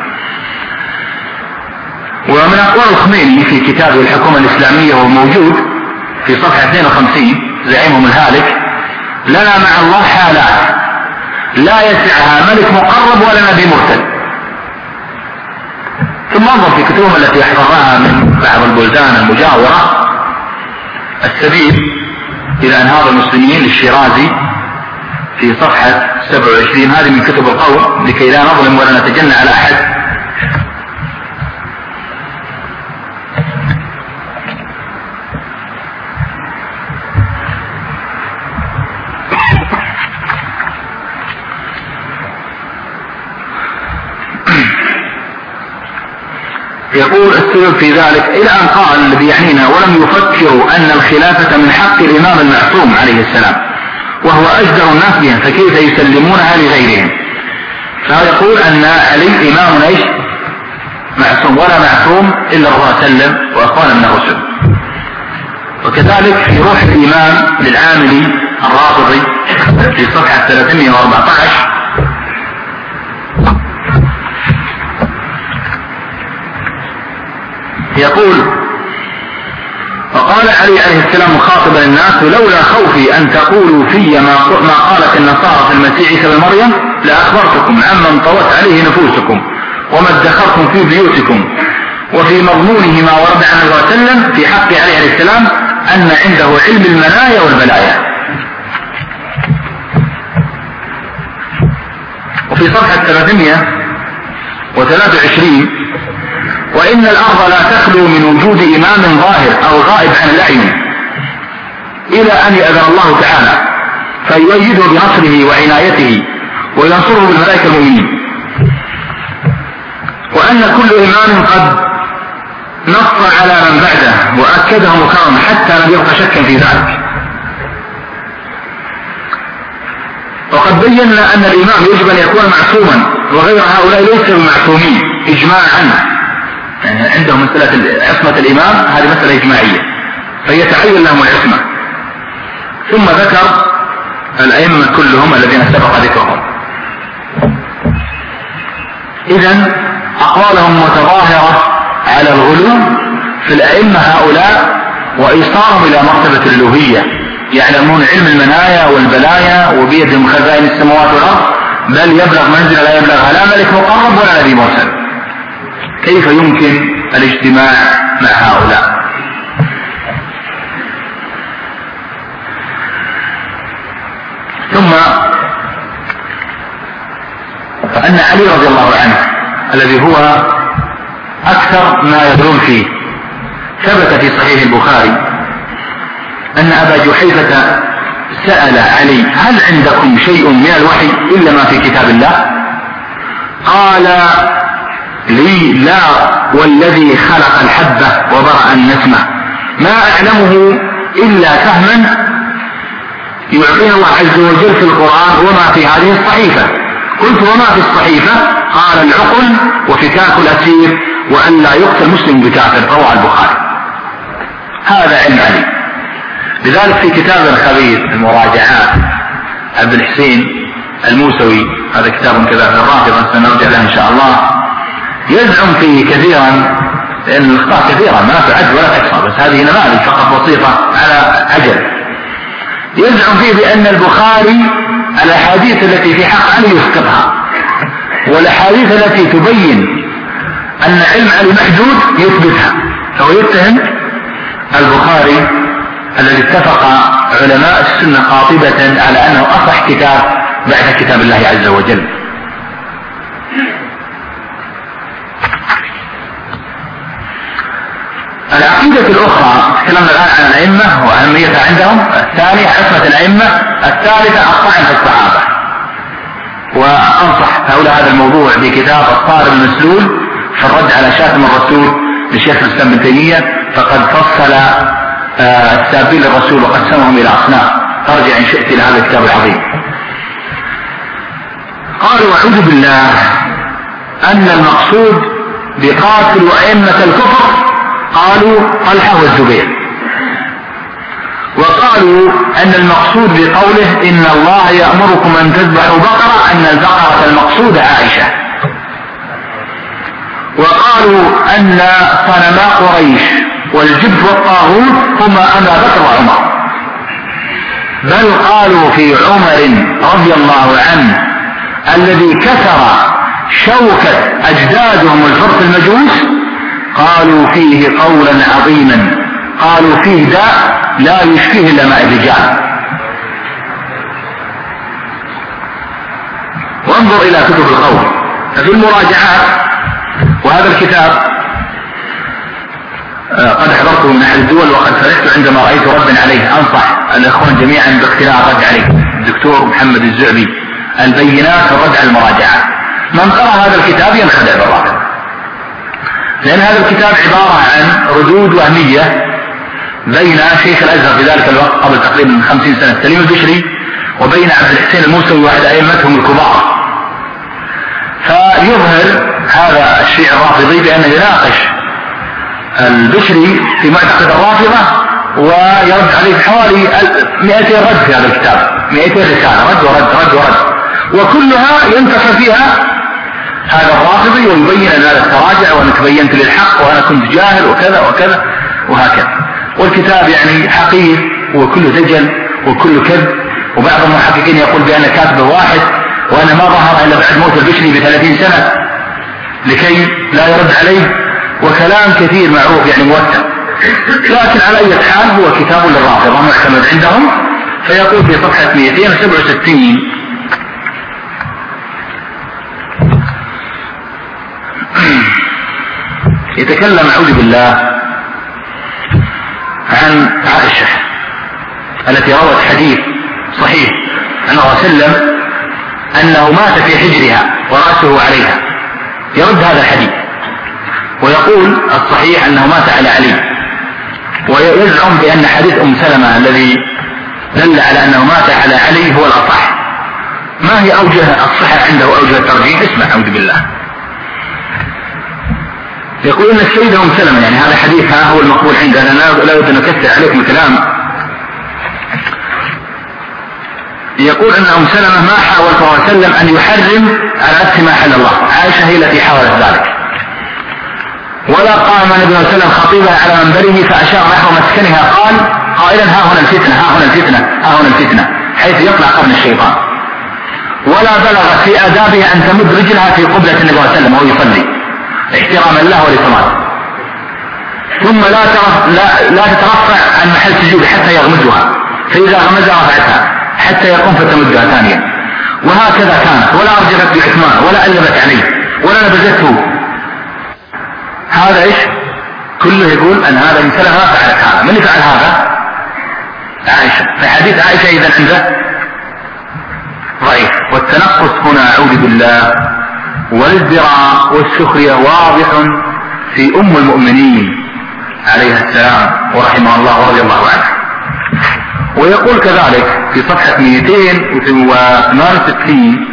ومن أقوال الخميني في كتابه الحكومة الإسلامية وموجود في صفحة 52 زعيمهم الهالك: لنا مع الله حالات لا يسعها ملك مقرب ولا نبي مرسل. ثم انظر في كتبهم التي يحفظها من بعض البلدان المجاورة: السبيل إلى أنهار المسلمين للشيرازي في صفحة 27، هذه من كتب القوم لكي لا نظلم ولا نتجنى على أحد. يقول السبب في ذلك إلى أن قال الذي يعنينا: ولم يفكروا أن الخلافة من حق الإمام المعصوم عليه السلام وهو أجدر الناس بها، فكيف يسلمونها لغيرهم؟ فيقول أن علي إمام إيش؟ معصوم، ولا معصوم إلا الله سلم وأخوان من الرسل. وكذلك في روح الإيمان للعاملي الرافضي في صفحة 314 يقول: وقال علي عليه السلام مخاطبا الناس: لولا خوفي أن تقولوا في ما قالت النصارى في المسيح عيسى بن مريم لأخبرتكم عمن طوت عليه نفوسكم وما ادخرتم في بيوتكم، وفي مضمونه ما ورد عن الله وسلم في حق علي عليه السلام أن عنده علم المنايا والبلايا. وفي صفحة 323: وإن الأرض لا تخلو من وجود إمام ظاهر أو غائب عن الأعين إلى أن يأذن الله تعالى فيؤيده بنصره وعنايته وينصره بالملائكة المؤمنين، وأن كل إمام قد نص على من بعده وأكده مكرما حتى لم يبق شكا في ذلك. وقد بينا أن الإمام يجب أن يكون معصوما، وغير هؤلاء ليسوا معصومين إجماعا، يعني عندهم مسألة عصمة الإمام هذه مسألة إجماعية فيتعين لهم العصمة. ثم ذكر الأئمة كلهم الذين سبق ذكرهم. إذن أقوالهم متظاهرة على الغلو في الأئمة هؤلاء وإيصالهم إلى مرتبة الألوهية، يعلمون علم المنايا والبلايا وبيدهم خزائن السماوات والأرض، بل يبلغ منزل لا يبلغها لا ملك مقرب ولا نبي مرسل. كيف يمكن الاجتماع مع هؤلاء. ثم فأن علي رضي الله عنه الذي هو أكثر ما يدرون فيه، ثبت في صحيح البخاري أن أبا جحيفة سأل علي: هل عندكم شيء من الوحي إلا ما في كتاب الله؟ قال لي: لا والذي خلق الحبة وبرأ النسمة ما أعلمه إلا فهما يعطينا الله عز وجل في القرآن وما في هذه الصحيفة. قلت: وما في الصحيفة؟ قال: العقل وفكاك الأسير وأن لا يقتل مسلم بكافر، رواه البخاري. هذا علم علي. لذلك في كتاب الخبير المراجعات عبد الحسين الموسوي، هذا كتاب كذا في الرافضة سنرجع له إن شاء الله، يزعم فيه كثيرا، لأن الأخطاء كثيرة ما تعد ولا تحصى، بس هذه نماذج فقط بسيطة على عجل. يزعم فيه بأن البخاري الأحاديث التي في حق علي يسقطها، والأحاديث التي تبين أن علم علي محدود يثبتها. فهو يتهم البخاري الذي اتفق علماء السنة قاطبة على أنه أصح كتاب بعد كتاب الله عز وجل. العقيدة الأخرى تكلمنا الآن عن الأئمة وأهميتها عندهم. الثانية عصمة الأئمة. الثالثة الطعن في الصحابة. وأنصح حول هذا الموضوع بكتاب الصارم المسلول في الرد على شاتم الرسول لشيخ الإسلام ابن تيمية، فقد فصل السابين للرسول وقسمهم إلى أصناف. ترجع إن شئت إلى هذا الكتاب العظيم. قالوا: أعوذ بالله أن المقصود بقاتل أئمة الكفر قالوا طلحة والزبير، وقالوا أن المقصود بقوله إن الله يأمركم أن تذبحوا بقرة أن البقرة المقصود عائشة، وقالوا أن صنما قريش والجبت والطاغوت هما أبا بكر وعمر، بل قالوا في عمر رضي الله عنه الذي كسر شوكة أجدادهم الفرس المجوس، قالوا فيه قولا عظيما، قالوا فيه داء لا يشفيه إلا ماء الرجال. وانظر إلى كتب القول ففي المراجعات، وهذا الكتاب قد حضرته من أحد الدول وقد فرحت عندما رأيت رد عليه. أنصح الإخوان جميعا باقتناء الرد عليه، الدكتور محمد الزعبي، البينات في الرد على المراجعات. من قرأ هذا الكتاب ينخدع بالرافض، لأن هذا الكتاب عبارة عن ردود وهمية بين شيخ الأزهر في ذلك الوقت قبل تقريبا 50 سنة سليم البشري وبين عبد الحسين الموسوي واحد أئمتهم الكبار. فيظهر هذا الشيء الرافضي بأنه يناقش البشري في معتقد الرافضة ويرد عليه حوالي 200 رد في هذا الكتاب، 200 رسالة رد ورد رد ورد، وكلها ينتصر فيها هذا الرافضي ويبين أن هذا التراجع وأنا تبينت للحق وأنا كنت جاهل وكذا وكذا وهكذا. والكتاب يعني حقير وكله دجل وكله كذب، وبعض المحققين يقول بأن كاتبه واحد وأنا ما ظهر إلا بعد موت البشري ب30 سنة لكي لا يرد عليه، وكلام كثير معروف يعني موثق. لكن على أي حال هو كتاب للرافضة معتمد عندهم. فيقول في صفحة 267: يتكلم أعوذ بالله عن عائشة التي روت حديث صحيح عن الرسول صلى الله عليه وسلم أنه مات في حجرها ورأسه عليها. يرد هذا الحديث ويقول الصحيح أنه مات على علي، ويزعم بأن حديث سلمة الذي دل على أنه مات على علي هو الأصح. ما هي أوجه الصحة عنده وأوجه الترجيح؟ اسمع أعوذ بالله. يقول إن السيدة سلمة، يعني هذا حديثها هو المقبول عندنا، لا أريد أن أكثر عليكم الكلام. يقول أن سلمة ما حاول صلى الله عليه وسلم أن يحرم على نفس ما حل الله، عائشة هي التي حاولت ذلك. ولا قام النبي صلى الله عليه وسلم خطيبها على منبره فأشار نحو مسكنها قائلا ها هنا الفتنة ها هنا الفتنة ها هنا الفتنة، حيث يطلع قرن الشيطان. ولا بلغت في آدابها أن تمد رجلها في قبلة النبي صلى الله عليه وسلم وهو يصلي احتراما له ولصلاته. ثم لا تترفع عن محل سجود حتى يغمزها، فإذا غمزها رفعتها حتى يقوم فتمدها ثانيا، وهكذا كانت، ولا أرجفت بعثمان ولا ألبت عليه ولا نبذته. هذا إيش؟ كله يقول أن هذا من سلفها فعلت هذا. من اللي فعل هذا؟ عائشة. في حديث عائشة إذا عنده ضعيف. والتنقص هنا أعوذ بالله والازدراء والسخرية واضح في أم المؤمنين عليها السلام ورحمه الله ورضي الله عنه. ويقول كذلك في صفحة 268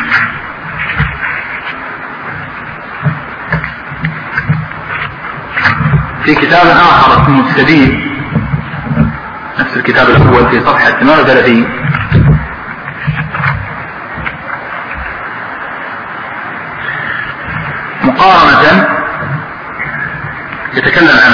في كتاب آخر اسمه السبيل، نفس الكتاب الأول في صفحة 38 مقارنة يتكلم عن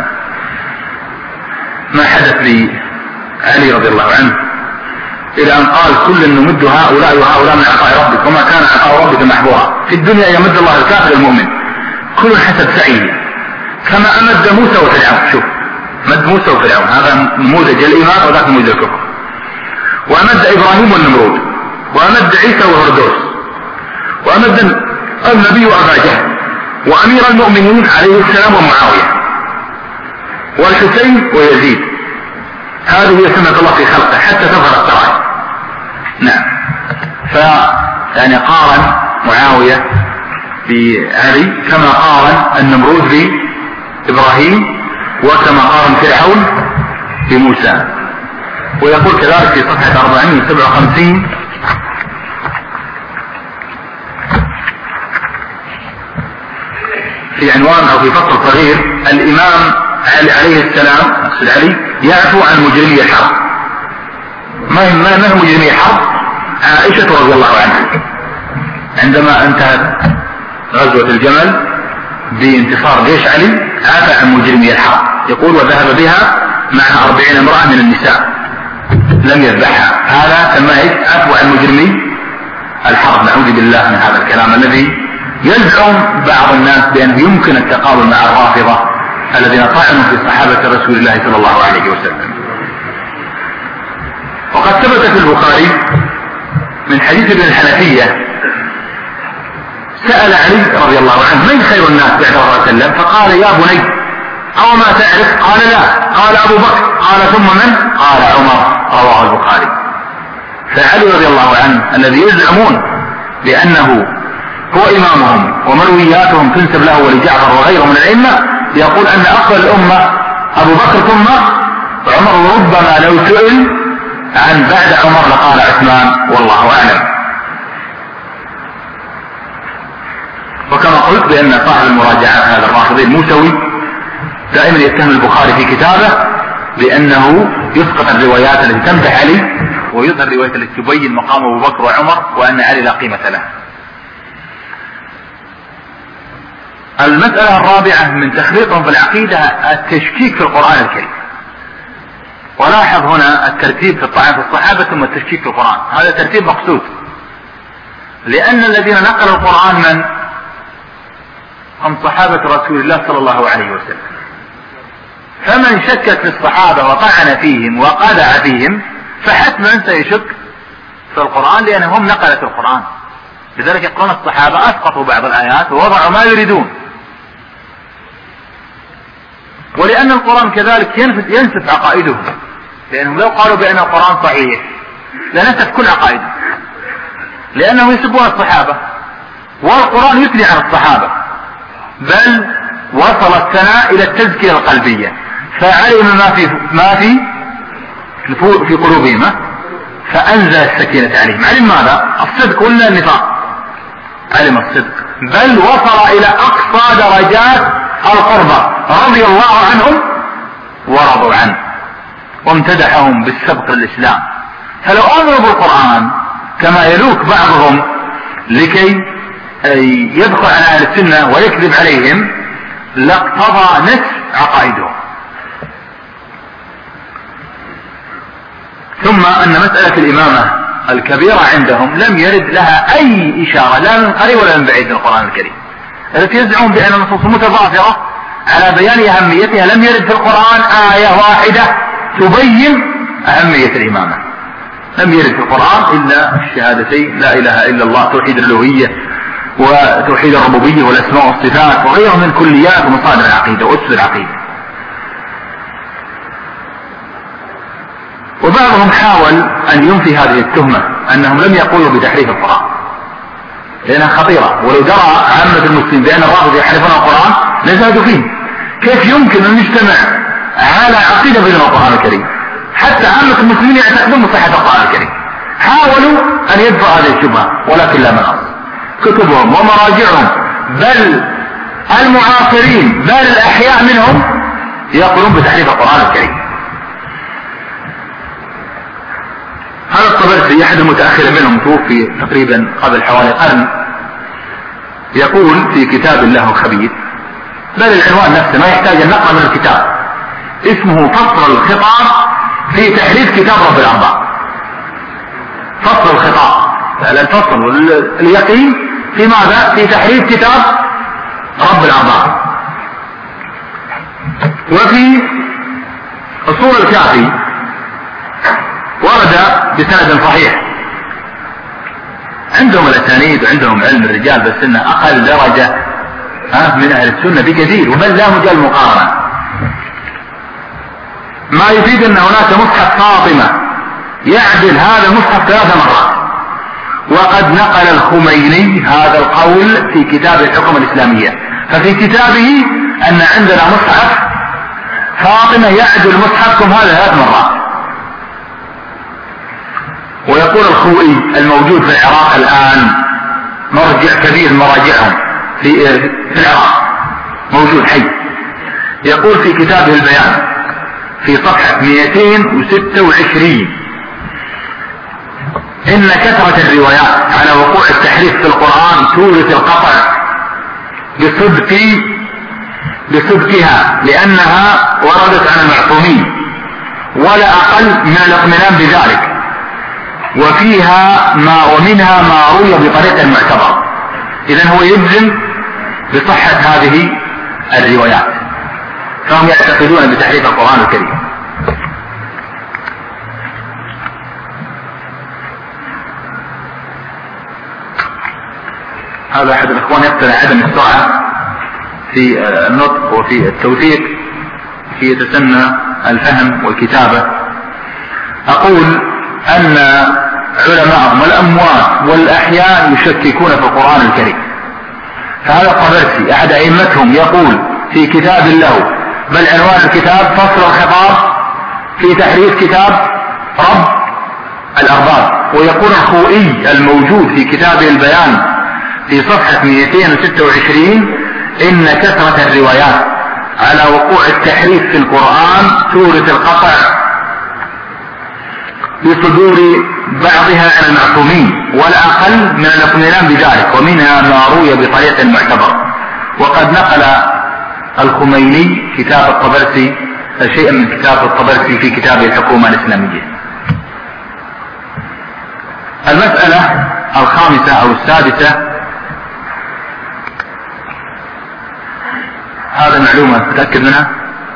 ما حدث لعلي رضي الله عنه إلى أن قال كل نمد هؤلاء وهؤلاء من عطاء ربك وما كان عطاء ربك محظورا. في الدنيا يمد الله الكافر المؤمن كل حسب سعيه كما أمد موسى وفرعون. شوف مد موسى وفرعون، هذا نموذج الإيمان وذاك نموذج الكفر. وأمد إبراهيم والنمرود، وأمد عيسى والهردوس، وأمد النبي أبا جهل وأمير المؤمنين عليه السلام ومعاوية والحسين ويزيد. هذه هي سنة الله في خلقه حتى تظهر السرائر. نعم. يعني قارن معاوية بعلي كما قارن النمرود بإبراهيم وكما قارن فرعون بموسى. ويقول كذلك في صفحة 457 في عنوان أو في فصل صغير: الإمام عليه السلام أقصد علي يعفو عن مجرمي الحرب. ما هي مجرمي الحرب؟ عائشة رضي الله عنها عندما انتهت غزوة الجمل بانتصار جيش علي عفى عن مجرمي الحرب. يقول: وذهب بها معها 40 امرأة من النساء لم يذبحها. هذا سماه عفو عن مجرمي الحرب. نعوذ بالله من هذا الكلام الذي يزعم بعض الناس بأنه يمكن التقابل مع الرافضة الذين طعنوا في صحابة رسول الله صلى الله عليه وسلم. وقد ثبت في البخاري من حديث ابن الحنفية سأل علي رضي الله عنه: من خير الناس بعد الله عليه وسلم؟ فقال: يا بني أو ما تعرف؟ قال: لا. قال: أبو بكر. قال: ثم من؟ قال: عمر. رواه البخاري. فعلي رضي الله عنه الذي يزعمون بأنه هو إمامهم ومروياتهم تنسب له ولجعفر وغيره من الأئمة، يقول أن أفضل الأمة أبو بكر ثم عمر، وربما لو سئل عن بعد عمر لقال عثمان، والله أعلم. وكما قلت بأن صاحب المراجعات هذا الرافضي الموسوي دائما يتهم البخاري في كتابه بأنه يسقط الروايات التي تمدح علي ويظهر الروايات التي تبين مقام أبو بكر وعمر وأن علي لا قيمة له. المسألة الرابعة من تخليطهم في العقيدة التشكيك في القرآن الكريم. ولاحظ هنا الترتيب في الطعن في الصحابة ثم التشكيك في القرآن. هذا ترتيب مقصود، لأن الذين نقلوا القرآن من هم صحابة رسول الله صلى الله عليه وسلم. فمن شكك في الصحابة وطعن فيهم وقدع فيهم فحتما سيشك في القرآن، لأنهم نقلة القرآن. لذلك يقولون الصحابة أسقطوا بعض الآيات ووضعوا ما يريدون. ولأن القرآن كذلك ينسف عقائدهم، لأنهم لو قالوا بأن القرآن صحيح لنسف كل عقائدهم، لأنهم يسبون الصحابة والقرآن يثني عن الصحابة، بل وصل الثناء إلى التزكية القلبية. فعلم ما في قلوبهم فأنزل السكينة عليهم. علم ماذا؟ الصدق ولا النفاق؟ علم الصدق، بل وصل إلى أقصى درجات القربة، رضي الله عنهم ورضوا عنه، وامتدحهم بالسبق للإسلام. فلو آمنوا بالقرآن كما يلوك بعضهم لكي يدخل على أهل السنة ويكذب عليهم لاقتضى نسف عقائدهم. ثم أن مسألة الإمامة الكبيرة عندهم لم يرد لها أي إشارة لا من قريب ولا من بعيد من القرآن الكريم، التي يزعمون بأن النصوص متضافرة على بيان أهميتها لم يرد في القرآن آية واحدة تبين أهمية الإمامة. لم يرد في القرآن إلا الشهادتين لا إله إلا الله، توحيد الألوهية وتوحيد الربوبية والأسماء والصفات وغيرها من كليات ومصادر العقيدة وأسس العقيدة. وبعضهم حاول أن ينفي هذه التهمة أنهم لم يقولوا بتحريف القرآن لأنها خطيرة، ولو درى عامة المسلمين بأن الرافضة يحرفون القرآن لزادوا فيه. كيف يمكن أن نجتمع على عقيدة بدون القرآن الكريم؟ حتى عامة المسلمين يعتقدون بصحة القرآن الكريم. حاولوا أن يدفعوا هذه الشبهة ولكن لا مناص. كتبهم ومراجعهم بل المعاصرين بل الأحياء منهم يقولون بتحريف القرآن الكريم. هذا الطبرسي أحد المتأخرين منهم توفي تقريبا قبل حوالي قرن، يقول في كتاب الله الخبيث، بل العنوان نفسه ما يحتاج النقل من الكتاب، اسمه فصل الخطاب في تحريف كتاب رب الأرباب. فصل الخطاب الفصل اليقين في ماذا؟ في تحريف كتاب رب الأرباب. وفي أصول الكافي ورد بسند صحيح. عندهم الأسانيد وعندهم علم الرجال بس إنه أقل درجة من أهل السنة بكثير، وبل لا مجال مقارنة. ما يفيد أن هناك مصحف فاطمة يعدل هذا المصحف 3 مرات. وقد نقل الخميني هذا القول في كتاب الحكم الإسلامية، ففي كتابه أن عندنا مصحف فاطمة يعدل مصحفكم هذا 3 مرات. ويقول الخوئي الموجود في العراق الآن، مرجع كبير مراجعهم في العراق موجود حي، يقول في كتابه البيان في صفحة 226 إن كثرة الروايات على وقوع التحريف في القرآن تورث القطع بصدقها لأنها وردت عن المعصومين ولا أقل من الاطمئنان بذلك، ومنها ما روي بطريقة معتبرة. إذن هو يجزم بصحة هذه الروايات، فهم يعتقدون بتحريف القرآن الكريم. هذا أحد الإخوان يقتنع عدم السرعة في النطق وفي التوثيق في يتسنى الفهم والكتابة. أقول أن علماءهم والأموات والأحياء يشككون في القرآن الكريم. فهذا الطبرسي أحد أئمتهم يقول في كتاب له، بل عنوان الكتاب فصل الخطاب في تحريف كتاب رب الأرباب. ويقول الخوئي الموجود في كتابه البيان في صفحة 226 إن كثرة الروايات على وقوع التحريف في القرآن تورث القطع بصدور بعضها عن المعصومين ولا أقل من الاطمئنان بذلك، ومنها ما روي بطريقة معتبرة. وقد نقل الخميني كتاب الطبرسي شيئا من كتاب الطبرسي في كتابه الحكومة الإسلامية. المسألة الخامسة أو السادسة، هذا معلومة تتأكد منها.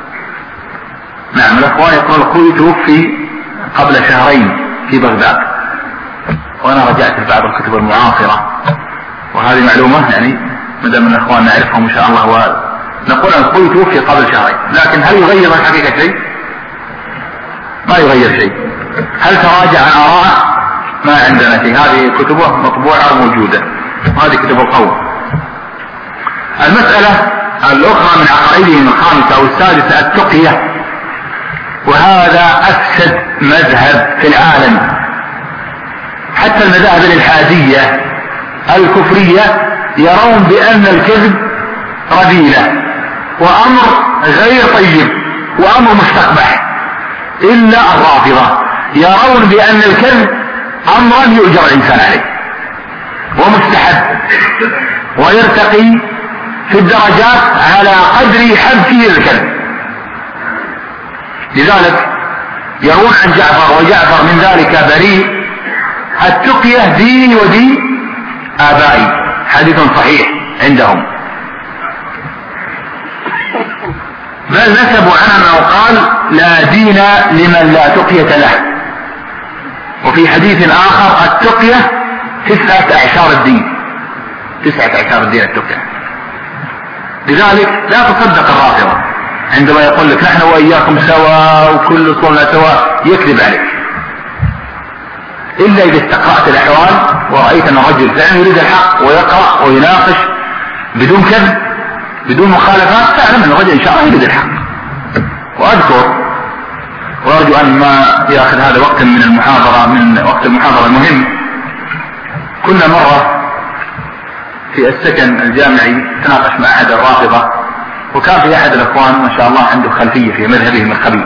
نعم، الأخوان يقول أخوي توفي قبل شهرين في بغداد، وأنا رجعت في بعض الكتب المعاصرة، وهذه معلومة يعني مدام الأخوان نعرفهم إن شاء الله، ونقول أن أخوي توفي قبل شهرين. لكن هل يغير الحقيقة شيء؟ ما يغير شيء. هل تراجع عن آراءه؟ ما عندنا شيء. هذه كتبه مطبوعة وموجودة، وهذه كتب القوم. المسألة الأخرى من عقائدهم الخامسة أو السادسة التقية، وهذا أفسد مذهب في العالم. حتى المذاهب الإلحادية الكفرية يرون بأن الكذب رذيلة وأمر غير طيب وأمر مستقبح، إلا الرافضة يرون بأن الكذب أمرا يؤجر الإنسان عليه ومستحب ويرتقي في الدرجات على قدر حبكه الكذب. لذلك يرون عن جعفر وجعفر من ذلك بريء. التقية ديني ودين آبائي، حديث صحيح عندهم. بل نسبوا عنه أنه قال لا دين لمن لا تقية له. وفي حديث آخر التقية 9 أعشار الدين، 9 أعشار الدين التقية. لذلك لا تصدق الرافضة عندما يقول لك نحن وإياكم سواء وكل صلنا سواء، يكذب عليك إلا إذا استقرأت الأحوال ورأيت أن الرجل فعلا يريد الحق ويقرأ ويناقش بدون كذب بدون مخالفات، فاعلم أن الرجل إن شاء الله يريد الحق. وأذكر وأرجو أن ما يأخذ هذا وقتا من المحاضرة، من وقت المحاضرة المهم، كنا مرة في السكن الجامعي تناقش مع أحد الرافضة، وكان في أحد الأخوان ما شاء الله عنده خلفية في مذهبهم الخبيث،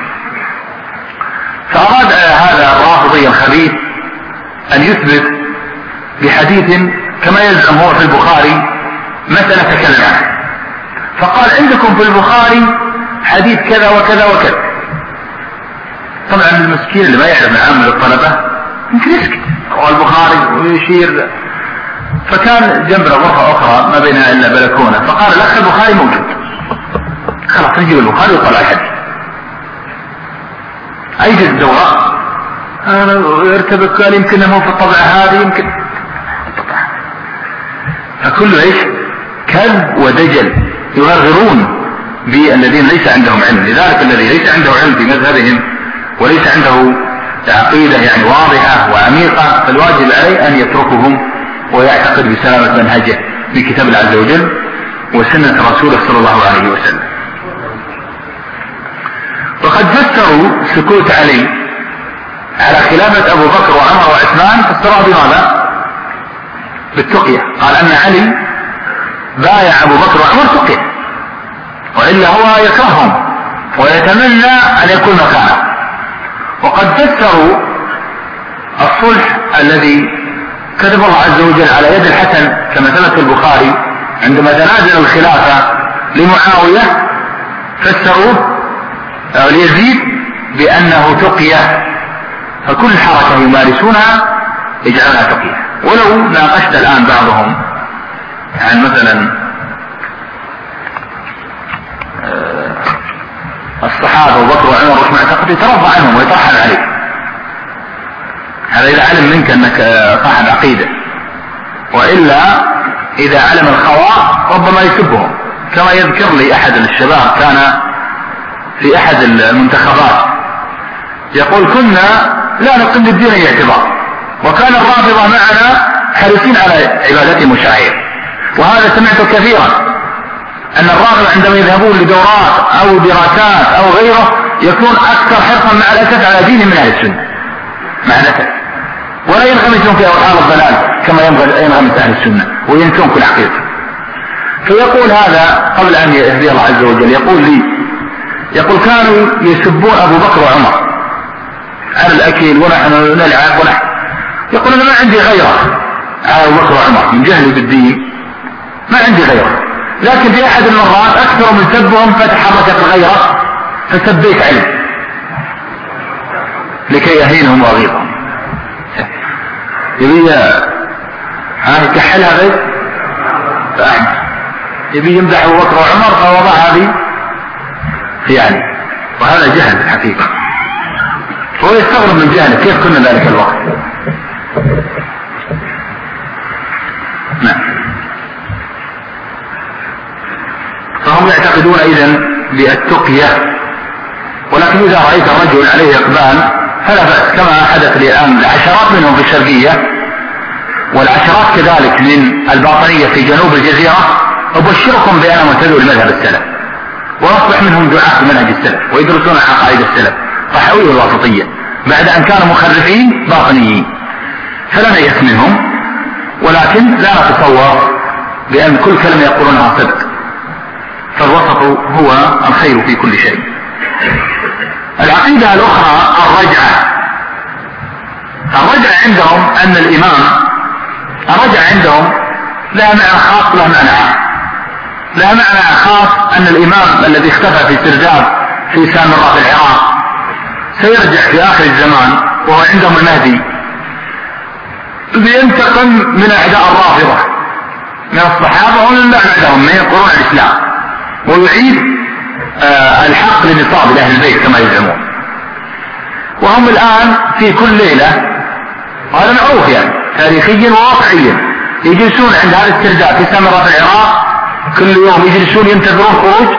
فأراد هذا الرافضي الخبيث أن يثبت بحديث كما يلزم هو في البخاري مسألة تكلم عنها، فقال عندكم في البخاري حديث كذا وكذا وكذا. طبعا المسكين اللي ما يعرف العام للطلبة يمكن يسكت رواه البخاري ويشير، فكان جنبنا غرفة أخرى ما بينها إلا بلكونة، فقال الأخ البخاري موجود، خلاص نجيب البخاري وطلع الحديث. أيجد الدورة أنا ارتبك، قال يمكن هو في الطبعة هذه يمكن، فكله إيش كذب ودجل يغررون بالذين ليس عندهم علم. لذلك الذي ليس عنده علم في مذهبهم وليس عنده عقيدة يعني واضحة وعميقة، فالواجب عليه أن يتركهم ويعتقد بسلامة منهجه من كتاب الله عز وجل وسنة رسوله صلى الله عليه وسلم. وقد فسروا سكوت علي على خلافة أبو بكر وعمر وعثمان فسروا بماذا؟ بالتقية. قال أن علي بايع أبو بكر وعمر تقية، وإلا هو يكرههم ويتمنى أن يكون مكانه. وقد فسروا الصلح الذي كتب الله عز وجل على يد الحسن كما ثبت في البخاري عندما تنازل الخلافة لمعاوية، فسروه ليزيد بأنه تقية، فكل حركة يمارسونها يجعلها تقية. ولو ناقشت الآن بعضهم عن مثلا الصحابة أبو بكر وعمر وش معتقد يترضى عنهم ويطرحن عليك، هذا إذا علم منك أنك صاحب عقيدة، وإلا إذا علم الخواء ربما يسبهم. كما يذكر لي أحد الشباب كان في أحد المنتخبات يقول كنا لا نقيم للدين أي اعتبار، وكان الرافضة معنا حريصين على عبادتهم وشعائرهم. وهذا سمعته كثيرا أن الرافضة عندما يذهبون لدورات أو دراسات أو غيره يكون أكثر حرصا مع الأسف على دينهم من أهل السنة مع الأسف، ولا ينغمسون في أوحال الضلال كما ينغمس أهل السنة وينسون كل عقيدة. فيقول هذا قبل أن يهدي الله عز وجل، يقول لي يقول كانوا يسبون أبو بكر وعمر على الأكل ونحن نلعب ونحن، يقول أنا ما عندي غيره على أبو بكر وعمر من جهلي بالدين، ما عندي غيره، لكن في أحد المرات أكثر من سبهم فتحركت الغيرة فسبيت عليه لكي يهينهم وغيظهم. يبي يكحلها غير يبي يمدح أبو بكر وعمر فوضع هذه يعني، وهذا جهل الحقيقة، هو يستغرب من جهله كيف كنا ذلك الوقت. نعم. فهم يعتقدون إذن بالتقية، ولكن إذا رأيت الرجل عليه إقبال فلا بأس، كما حدث الآن العشرات منهم في الشرقية والعشرات كذلك من الباطنية في جنوب الجزيرة، أبشركم بأنهم اتبعوا المذهب السلف وأصبح منهم دعاة منهج السلف ويدرسون عقائد السلف الطحاوية والواسطية بعد أن كانوا مخرفين باطنيين، فلا نيأس منهم، ولكن لا نتصور بأن كل كلمة يقولونها صدق، فالوسط هو الخير في كل شيء. العقيدة الأخرى الرجعة عندهم أن الإمام الرجعة عندهم لها معنى خاص لها معنى عام. لها معنى خاص أن الإمام الذي اختفى في سرداب في سامراء في العراق سيرجع في آخر الزمان وهو عندهم المهدي لينتقم من أعداء الرافضة من الصحابة ومن بعدهم من يقرون الإسلام ويعيد الحق لنصاب لأهل البيت كما يزعمون. وهم الآن في كل ليلة، هذا معروف يعني تاريخيا وواقعيا، يجلسون عند هذا السرداب في سامراء في العراق، كل يوم يجلسون ينتظرون خروج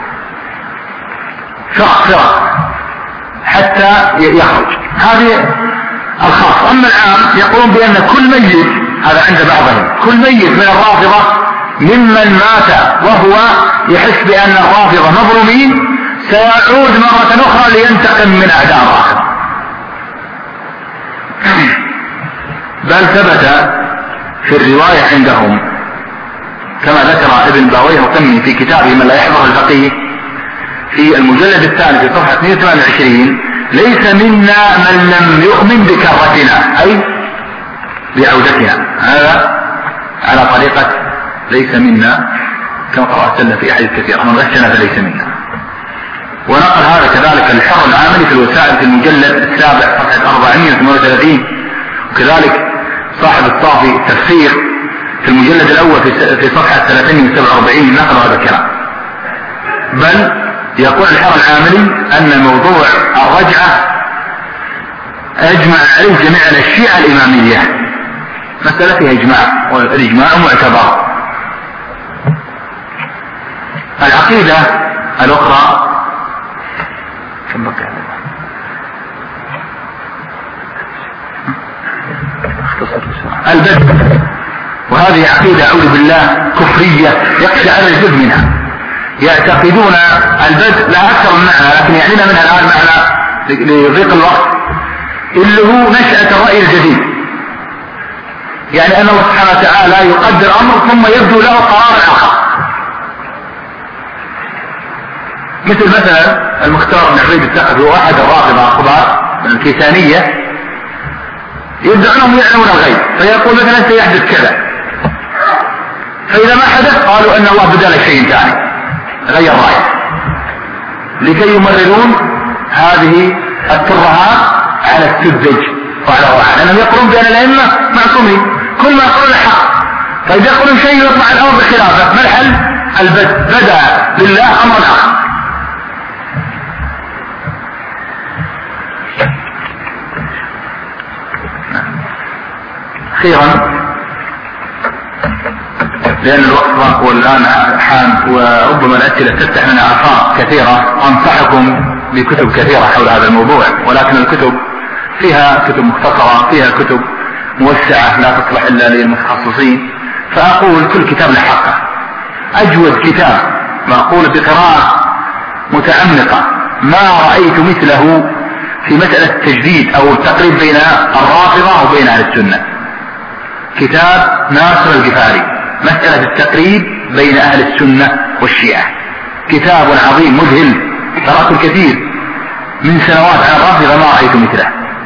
فرق حتى يخرج. هذه الخاص. أما العام يقولون بأن كل ميت، هذا عند بعضهم، كل ميت من الرافضة ممن مات وهو يحس بأن الرافضة مظلومين سيعود مرة أخرى لينتقم من أعداء الرافضة. بل ثبت في الرواية عندهم كما ذكر ابن باويه القمي في كتابه من لا يحضر الفقيه في المجلد الثاني في صفحة 228: ليس منا من لم يؤمن بكرتنا، أي بعودتنا. هذا على طريقة ليس منا كما قرأت لنا في أحاديث كثيرة: من غشنا فليس منا. ونقل هذا كذلك الحر العاملي في الوسائل في المجلد السابع صفحة 438، وكذلك صاحب الصافي التفسير في المجلد الأول في صفحة 347 نقل هذا الكلام. بل يقول الحر العاملي أن موضوع الرجعة أجمع عليه جميع الشيعة الإمامية، مسألة فيها إجماع، والإجماع معتبر. العقيدة الأخرى البدء، وهذه عقيدة أعوذ بالله كفرية يقشعر الجزء منها. يعتقدون البدء لا أكثر من معنى، لكن يعنينا منها الآن معنى لضيق الوقت، اللي هو نشأة الرأي الجديد. يعني أن الله سبحانه وتعالى يقدر أمر ثم يبدو له قرار آخر. مثلا المختار بن عبيد الثقفي هو أحد الرافضة الكبار من الكيسانية، يدعونهم يعلمون الغيب، فيقول مثلا سيحدث كذا، فإذا ما حدث قالوا أن الله بدل شيء ثاني، غير رأيه، لكي يمررون هذه الترهات على السذج وعلى الرعاة، لأنهم يقولون بأن الأئمة معصومين، كل ما يقولون الحق، فإذا يقولون شيء يطلع الأمر بخلافه، ما الحل؟ بدأ لله أمر آخر. أخيرا لأن الوقت والآن حان وربما الأسئلة تفتح لنا آفاق كثيرة، أنصحكم بكتب كثيرة حول هذا الموضوع، ولكن الكتب فيها كتب مختصرة، فيها كتب موسعة لا تصلح إلا للمتخصصين، فأقول كل كتاب له حقه. أجود كتاب مأقول بقراءة متعمقة ما رأيت مثله في مسألة التجديد أو التقريب بين الرافضة وبين أهل السنة، كتاب ناصر الجفاري، مسألة التقريب بين أهل السنة والشيعة، كتاب عظيم مذهل، قرأت الكثير من سنوات عن الرافضة ما رأيت مثله.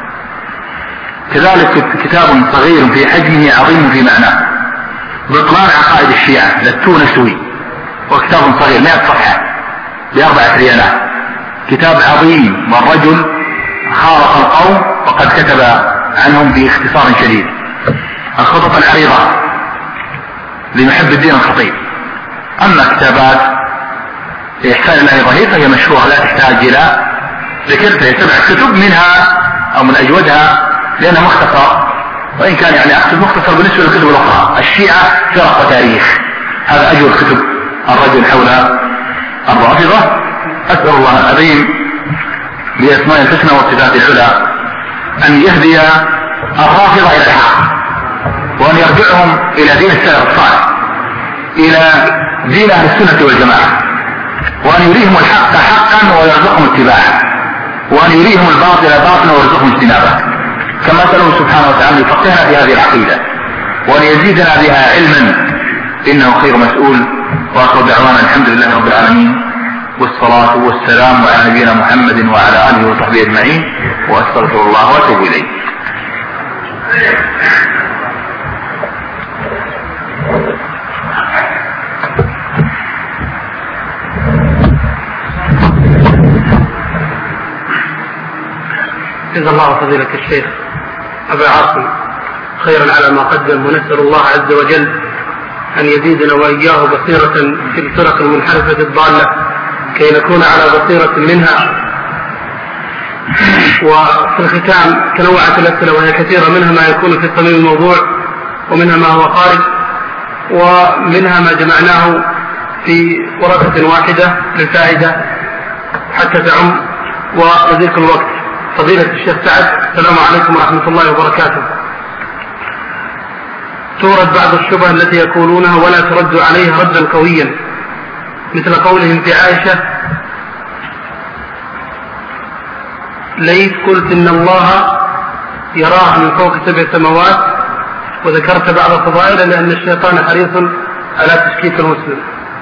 كذلك كتاب صغير في حجمه عظيم في معناه، بطلان عقائد الشيعة للتونسوي، وكتاب صغير 100 صفحة ب4 ريالات، كتاب عظيم، والرجل خالط القوم وقد كتب عنهم باختصار شديد. الخطط العريضة لمحب الدين الخطيب. أما كتابات إحسان الله ظهير فهي مشروعة لا تحتاج إلى ذكر، فهي 7 كتب منها أو من أجودها لأنها مختصر، وإن كان يعني أقصد مختصر بالنسبة للكتب الأخرى، الشيعة فرق وتاريخ، هذا أجود كتب الرجل حول الرافضة. أسأل الله العظيم بأسماء الحسنى والصفات العلى أن يهدي الرافضة إلى الحق، وأن يرجعهم إلى دين السلف الصالح، إلى دين أهل السنة والجماعة، وأن يريهم الحق حقا ويرزقهم اتباعه، وأن يريهم الباطل باطلا ويرزقهم اجتنابه، كما سأله سبحانه وتعالى يفقهنا في هذه العقيدة وأن يزيدنا بها علما إنه خير مسؤول. وآخر دعوانا الحمد لله رب العالمين، والصلاة والسلام على نبينا محمد وعلى آله وصحبه أجمعين، وأستغفر الله وأتوب إليه. جزا الله فضيلة الشيخ أبا عاصم خيرا على ما قدم، ونسأل الله عز وجل أن يزيدنا وإياه بصيرة في الفرق المنحرفة الضالة كي نكون على بصيرة منها. وفي الختام تنوعت الأسئلة وهي كثيرة، منها ما يكون في صميم الموضوع، ومنها ما هو خارج، ومنها ما جمعناه في ورقة واحدة للفائدة حتى تعم ويضيق الوقت. فضيلة الشيخ سعد، السلام عليكم ورحمة الله وبركاته. تورد بعض الشبه التي يقولونها ولا ترد عليها ردا قويا، مثل قولهم في عائشة: ليت قلت إن الله يراها من فوق 7 سماوات، وذكرت بعض الفضائل لأن الشيطان حريص على تشكيك المسلم.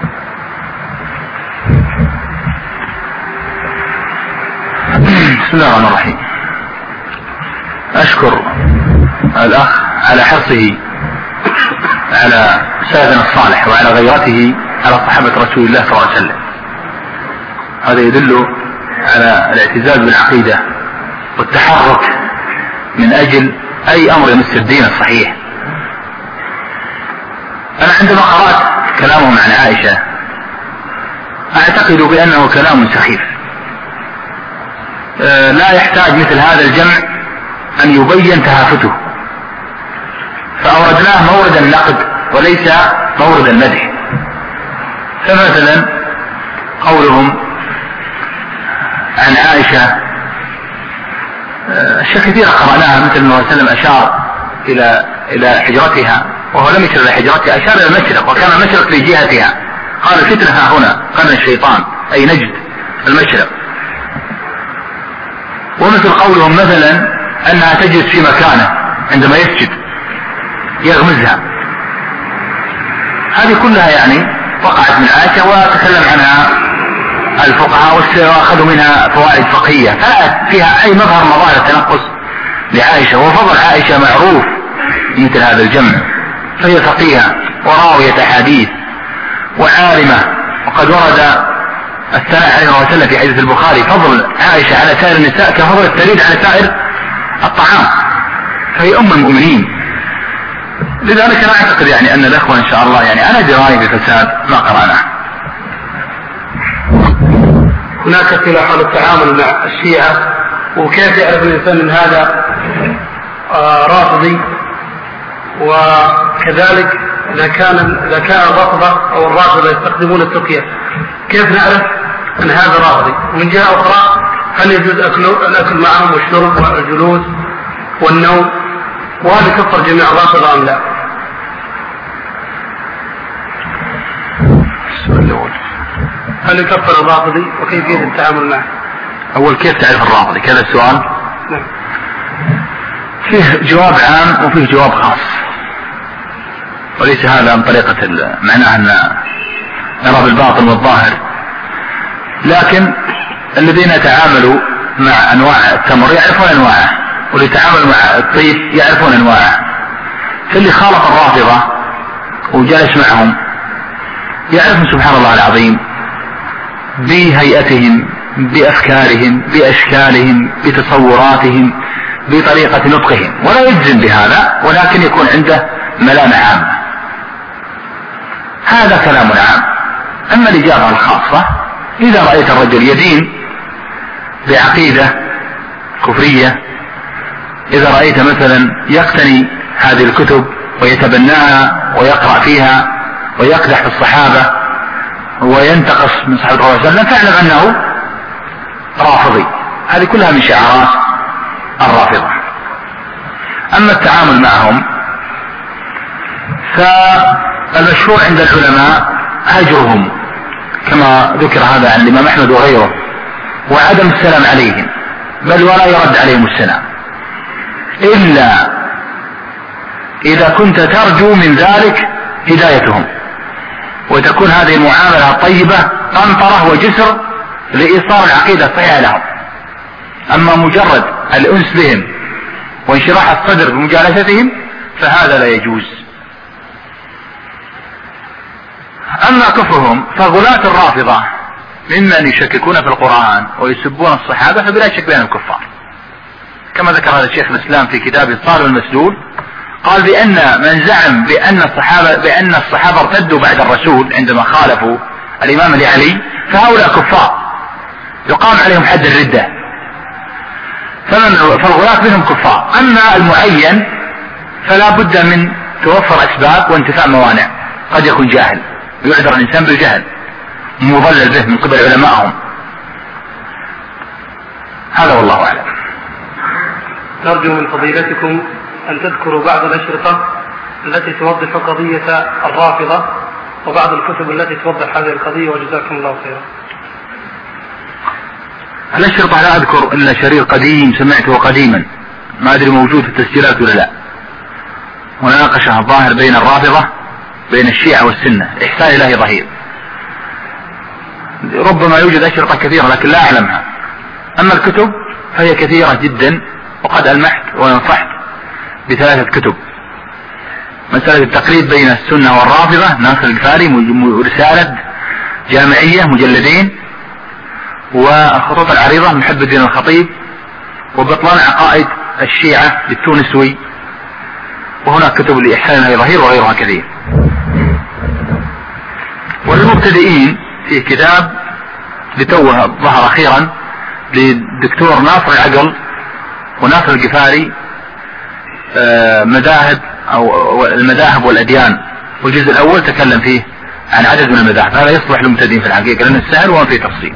بسم الله الرحمن الرحيم. أشكر الأخ على حرصه على سلفنا الصالح وعلى غيرته على صحابة رسول الله صلى الله عليه وسلم. هذا يدل على الاعتزاز بالعقيدة والتحرك من أجل أي أمر يمس الدين الصحيح. أنا عندما قرأت كلامهم عن عائشة أعتقد بأنه كلام سخيف، لا يحتاج مثل هذا الجمع أن يبين تهافته، فأوردناه مورد النقد وليس مورد المدح. فمثلا قولهم عن عائشة أشياء كثيرة قرأناها، مثل أنه وسلم أشار إلى حجرتها وهو لم يشر إلى حجرتها، أشار إلى المشرق وكان المشرق في جهتها، قال الفتنة ها هنا، قال الشيطان أي نجد المشرق. ومثل قولهم مثلا أنها تجلس في مكانه عندما يسجد يغمزها، هذه كلها يعني وقعت من عائشة وتكلم عنها الفقهاء واخذوا منها فوائد فقهية، فلا فيها أي مظهر مظاهر التنقص لعائشة. وفضل عائشة معروف مثل هذا الجمع، فهي فقيهة وراوية حديث وعالمة، وقد ورد الثناء عليه وسلم في حديث البخاري: فضل عائشة على سائر النساء كفضل الثريد على سائر الطعام، فهي أم المؤمنين. لذلك أنا أعتقد يعني أن الأخوة إن شاء الله يعني أنا دراي بفساد ما قرأناه. هناك أسئلة حول التعامل مع الشيعة، وكيف يعرف الإنسان من هذا رافضي، وكذلك إذا كان الرافضة أو الرافضة يستخدمون التقية كيف نعرف أن هذا رافضي؟ ومن جهة أخرى هل يجوز الأكل معهم والشرب والجلوس والنوم، وهل يكفر جميع الرافضة أم لا؟ هل يكفر الرافضي وكيفية التعامل معه؟ أول كيف تعرف الرافضي؟ كذا السؤال. نعم. فيه جواب عام وفيه جواب خاص، وليس هذا من طريقة معناه أن نرى بالباطن والظاهر، لكن الذين يتعاملوا مع أنواع التمر يعرفون أنواعه، واللي يتعامل مع الطيب يعرفون أنواعه. فاللي خالط الرافضة وجلس معهم يعرفون سبحان الله العظيم بهيئتهم، بأفكارهم، بأشكالهم، بتصوراتهم، بطريقة نطقهم، ولا يجزم بهذا، ولكن يكون عنده ملامح عامة. هذا كلام عام. أما الإجابة الخاصة: إذا رأيت الرجل يدين بعقيدة كفرية، إذا رأيت مثلا يقتني هذه الكتب ويتبناها ويقرأ فيها ويقدح في الصحابة وينتقص من صحابة الله عليه وسلم، فاعلم أنه رافضي. هذه كلها من شعارات الرافضة. أما التعامل معهم فالمشهور عند العلماء هجرهم، كما ذكر هذا عن الإمام أحمد وغيره، وعدم السلام عليهم، بل ولا يرد عليهم السلام إلا إذا كنت ترجو من ذلك هدايتهم، وتكون هذه المعاملة الطيبة قنطرة وجسر لإيصال العقيدة الصحيحة لهم. أما مجرد الأنس بهم وانشراح الصدر بمجالستهم فهذا لا يجوز. أما كفرهم فغلاة الرافضة ممن يشككون في القرآن ويسبون الصحابة فبلا شك بأنهم كفار، كما ذكر هذا الشيخ الإسلام في كتابه الصارم المسلول، قال بأن من زعم بأن الصحابة ارتدوا بعد الرسول عندما خالفوا الإمام علي فهؤلاء كفار يقام عليهم حد الردة، فالغلاة منهم كفار. أما المعين فلا بد من توفر أسباب وانتفاء موانع. قد يكون جاهل، يعذر الإنسان بالجهل، مضلل به من قبل علمائهم. هذا والله أعلم. نرجو من فضيلتكم أن تذكروا بعض الأشرطة التي توضح قضية الرافضة وبعض الكتب التي توضح هذه القضية، وجزاكم الله خيرا. الأشرطة لا أذكر إلا شريط قديم سمعته قديما، ما أدري موجود في التسجيلات ولا لا، وناقشه الظاهر بين الرافضة بين الشيعة والسنة، إحسان إلهي ظهير. ربما يوجد أشرطة كثيرة لكن لا أعلمها. أما الكتب فهي كثيرة جدا، وقد ألمحت ونصحت بثلاثة كتب: مسألة التقريب بين السنة والرافضة ناصر الجفاري، رسالة جامعية مجلدين، والخطوط العريضة محب الدين الخطيب، وبطلان عقائد الشيعة للتونسوي، وهناك كتب لإحسان إلهي ظهير وغيرها كثير. وللمبتدئين في كتاب لتوه ظهر أخيرا للدكتور ناصر العقل وناصر الجفاري، مذاهب أو المذاهب والأديان، والجزء الأول تكلم فيه عن عدد من المذاهب. هذا يصلح للمبتدئين في الحقيقة لأنه سهل وما فيه تفصيل.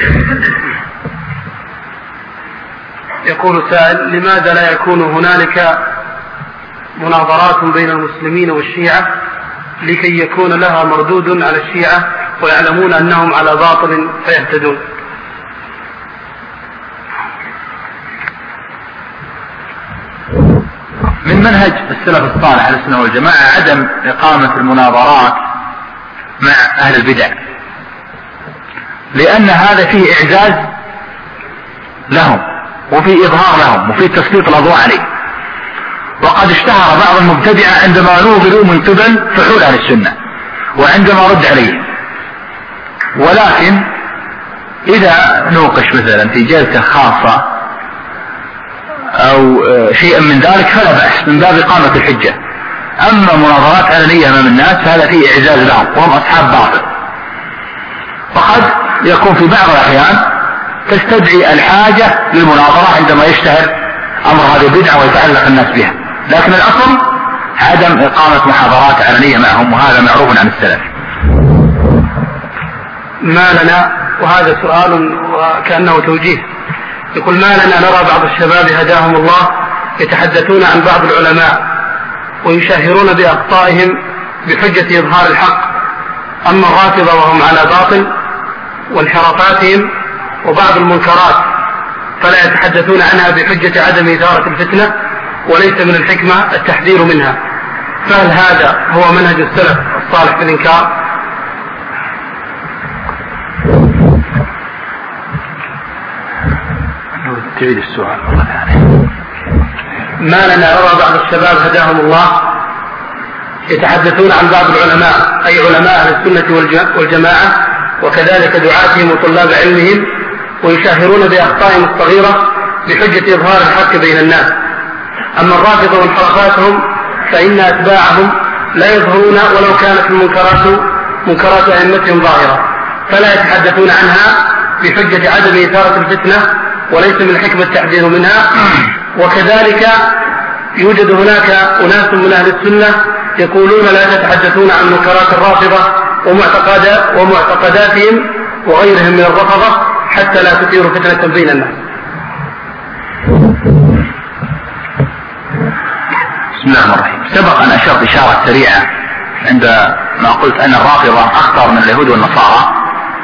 يقول سائل: لماذا لا يكون هنالك مناظرات بين المسلمين والشيعة لكي يكون لها مردود على الشيعة ويعلمون أنهم على باطل فيهتدون؟ من منهج السلف الصالح على السنة والجماعة عدم إقامة المناظرات مع أهل البدع، لأن هذا فيه إعزاز لهم وفيه إظهار لهم وفيه تسليط الأضواء عليه. وقد اشتهر بعض المبتدعة عندما نوظروا من قبل فحول أهل السنة وعندما رد عليهم. ولكن إذا نوقش مثلا في جلسة خاصة أو شيئا من ذلك فلا بأس من باب إقامة الحجة. أما مناظرات علنية أمام الناس فهذا فيه إعزاز لهم وهم أصحاب باطل. وقد يكون في بعض الأحيان تستدعي الحاجة للمناظرة عندما يشتهر أمر هذه البدعة ويتعلق الناس بها، لكن الأصل عدم إقامة محاضرات علنية معهم، وهذا معروف عن السلف. ما لنا، وهذا سؤال وكأنه توجيه، يقول: ما لنا نرى بعض الشباب هداهم الله يتحدثون عن بعض العلماء ويشهرون بأخطائهم بحجة إظهار الحق، أما الرافضة وهم على باطل وانحرافاتهم وبعض المنكرات فلا يتحدثون عنها بحجة عدم إثارة الفتنة، وليس من الحكمة التحذير منها. فهل هذا هو منهج السلف الصالح في الإنكار؟ تعيد السؤال مرة ثانية. ما لنا نرى بعض الشباب هداهم الله يتحدثون عن بعض العلماء، أي علماء أهل السنة والجماعة، وكذلك دعاتهم وطلاب علمهم، ويشهرون بأخطائهم الصغيرة بحجة إظهار الحق بين الناس. أما الرافضة وانحرافاتهم فإن أتباعهم لا يظهرون ولو كانت منكرات أئمتهم ظاهرة، فلا يتحدثون عنها بحجة عدم إثارة الفتنة، وليس من حكمة التحذير منها. وكذلك يوجد هناك أناس من أهل السنة يقولون: لا تتحدثون عن منكرات الرافضة ومعتقداتهم وغيرهم من الرفضة حتى لا تثيروا فتنة بين الناس. بسم الله الرحمن الرحيم. سبق أن أشرت إشارة سريعة عندما قلت أن الرافضة أخطر من اليهود والنصارى،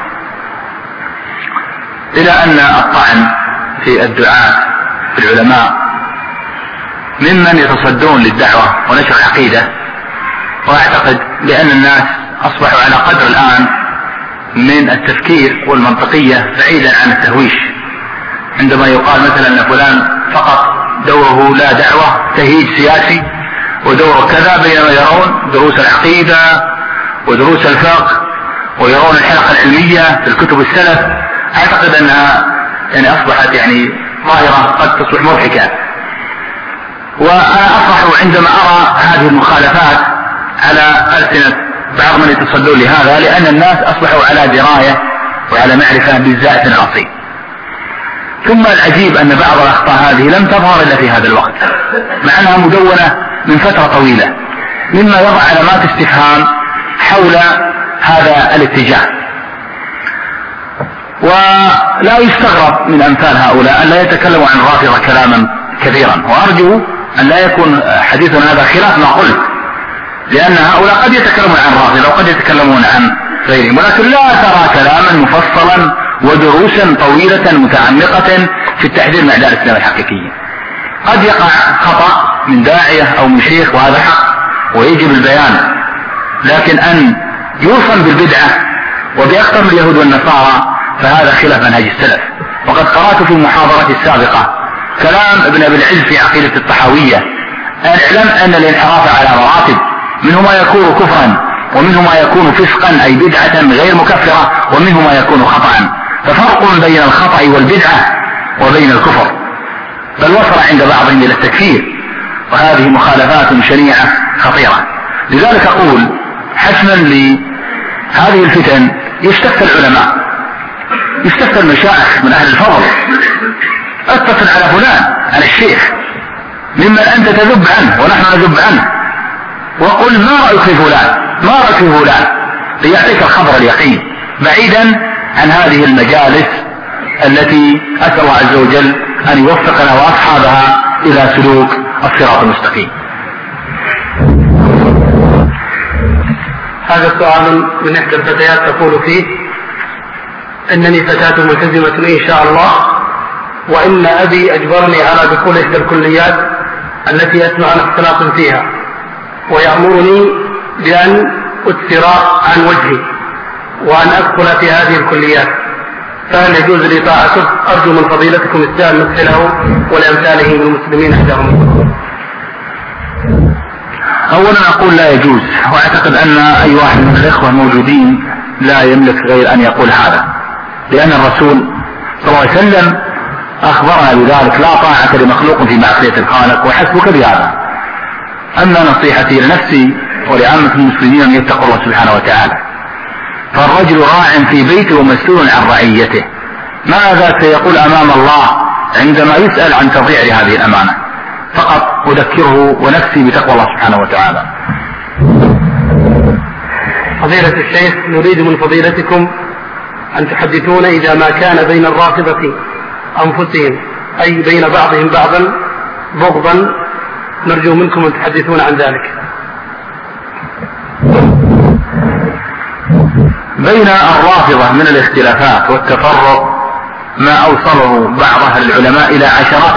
إلى أن الطعن في الدعاة في العلماء ممن يتصدون للدعوة ونشر العقيدة. وأعتقد بأن الناس أصبحوا على قدر الآن من التفكير والمنطقية بعيدا عن التهويش، عندما يقال مثلا أن فلان فقط دوره لا دعوة تهيج سياسي ودوره كذا، بينما يرون دروس العقيدة ودروس الفقه ويرون الحلقة العلمية في الكتب السلف. أعتقد أنها أصبحت ظاهرة قد تصبح مضحكة. وأنا أفرح عندما أرى هذه المخالفات على ألسنة بعض من يتصدون لهذا، لأن الناس أصبحوا على دراية وعلى معرفة بالزائف العصي. ثم العجيب أن بعض الأخطاء هذه لم تظهر إلا في هذا الوقت، مع أنها مدونة من فترة طويلة، مما يضع علامات استفهام حول هذا الاتجاه. ولا يستغرب من أمثال هؤلاء أن لا يتكلموا عن الرافضة كلاما كثيرا، وأرجو أن لا يكون حديثنا هذا خلاف ما قلت، لأن هؤلاء قد يتكلمون عن الرافضة وقد يتكلمون عن غيرهم، ولكن لا ترى كلاما مفصلا ودروسا طويلة متعمقة في التحذير من أعداء الإسلام الحقيقيين. قد يقع خطأ من داعية أو من شيخ وهذا حق ويجب البيان، لكن أن يوصل بالبدعة وبأكثر من اليهود والنصارى فهذا خلاف منهج السلف. وقد قرأت في المحاضرة السابقة كلام ابن أبي العز في عقيدة الطحاوية: اعلم أن الانحراف على مراتب، منه ما يكون كفرا، ومنه ما يكون فسقا أي بدعة غير مكفرة، ومنه ما يكون خطأ، ففرق بين الخطأ والبدعة وبين الكفر، بل وصل عند بعضهم إلى التكفير، وهذه مخالفات شنيعة خطيرة. لذلك أقول حسنا لهذه الفتن يستفتى العلماء، يستفتى المشايخ من أهل الفضل، اتصل على فلان، على الشيخ ممن أنت تذب عنه ونحن نذب عنه، وقل ما رأيك في فلان، ما رأيك في فلان، ليعطيك الخبر اليقين، بعيدا عن هذه المجالس التي أسأل الله عز وجل أن يوفقنا وأصحابها إلى سلوك الصراط المستقيم. هذا السؤال من إحدى الفتيات تقول فيه: إنني فتاة ملتزمة إن شاء الله، وإن أبي أجبرني على دخول إحدى الكليات التي أسمع عن اختلاط فيها، ويأمرني بأن أسفر عن وجهي وأن أدخل في هذه الكليات، فهل يجوز لي طاعته؟ أرجو من فضيلتكم السائل مثله ولأمثاله من المسلمين أحدهم. أولا أقول لا يجوز، وأعتقد أن أي واحد من الإخوة الموجودين لا يملك غير أن يقول هذا، لأن الرسول صلى الله عليه وسلم أخبرنا بذلك: لا طاعة لمخلوق في معصية الخالق، وحسبك بهذا. أما نصيحتي لنفسي ولعامة المسلمين أن يتقوا الله سبحانه وتعالى، فالرجل راع في بيته ومسؤول عن رعيته، ماذا سيقول أمام الله عندما يسأل عن تضييع هذه الأمانة؟ فقط أذكره ونفسي بتقوى الله سبحانه وتعالى. فضيلة الشيخ، نريد من فضيلتكم أن تحدثون إذا ما كان بين الرافضة أنفسهم، أي بين بعضهم بعضا بغضا، نرجو منكم أن تحدثون عن ذلك. بين الرافضة من الاختلافات والتفرق ما أوصله بعض أهل العلماء إلى عشرات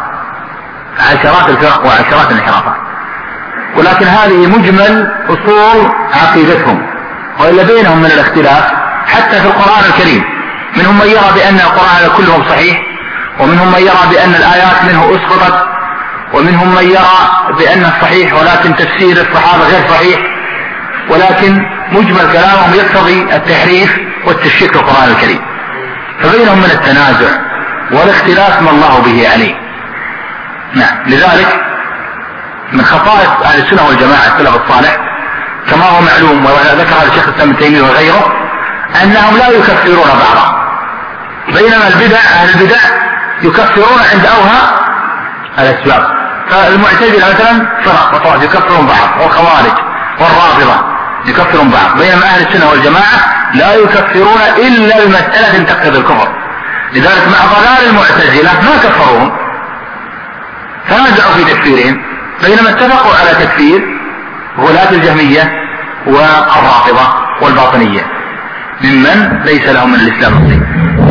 الفرق وعشرات الانحرافات، ولكن هذه مجمل أصول عقيدتهم، وإلا بينهم من الاختلاف حتى في القرآن الكريم. منهم من يرى بأن القرآن كله صحيح، ومنهم من يرى بأن الآيات منه أسقطت، ومنهم من يرى بأنه صحيح ولكن تفسير الصحابة غير صحيح، ولكن مجمل كلامهم يقتضي التحريف والتشكيك في القرآن الكريم. فبينهم من التنازع والاختلاف ما الله به عليه. نعم، لذلك من خصائص أهل السنة والجماعة السلف الصالح كما هو معلوم، وذكر هذا الشيخ الإسلام ابن تيمية وغيره، أنهم لا يكفرون بعضا، بينما أهل البدع يكفرون عند أوهى الأسباب. فالمعتزلة مثلا فرق وطائف يكفرون بعض، والخوارج والرافضة يكفرون بعض، بينما أهل السنة والجماعة لا يكفرون إلا بمسألة تقتضي الكفر. لذلك مع ضلال المعتزلة ما كفروهم، تنازعوا في تكفيرهم، بينما اتفقوا على تكفير غلاة الجهمية والرافضة والباطنية ممن ليس لهم من الإسلام نصيب.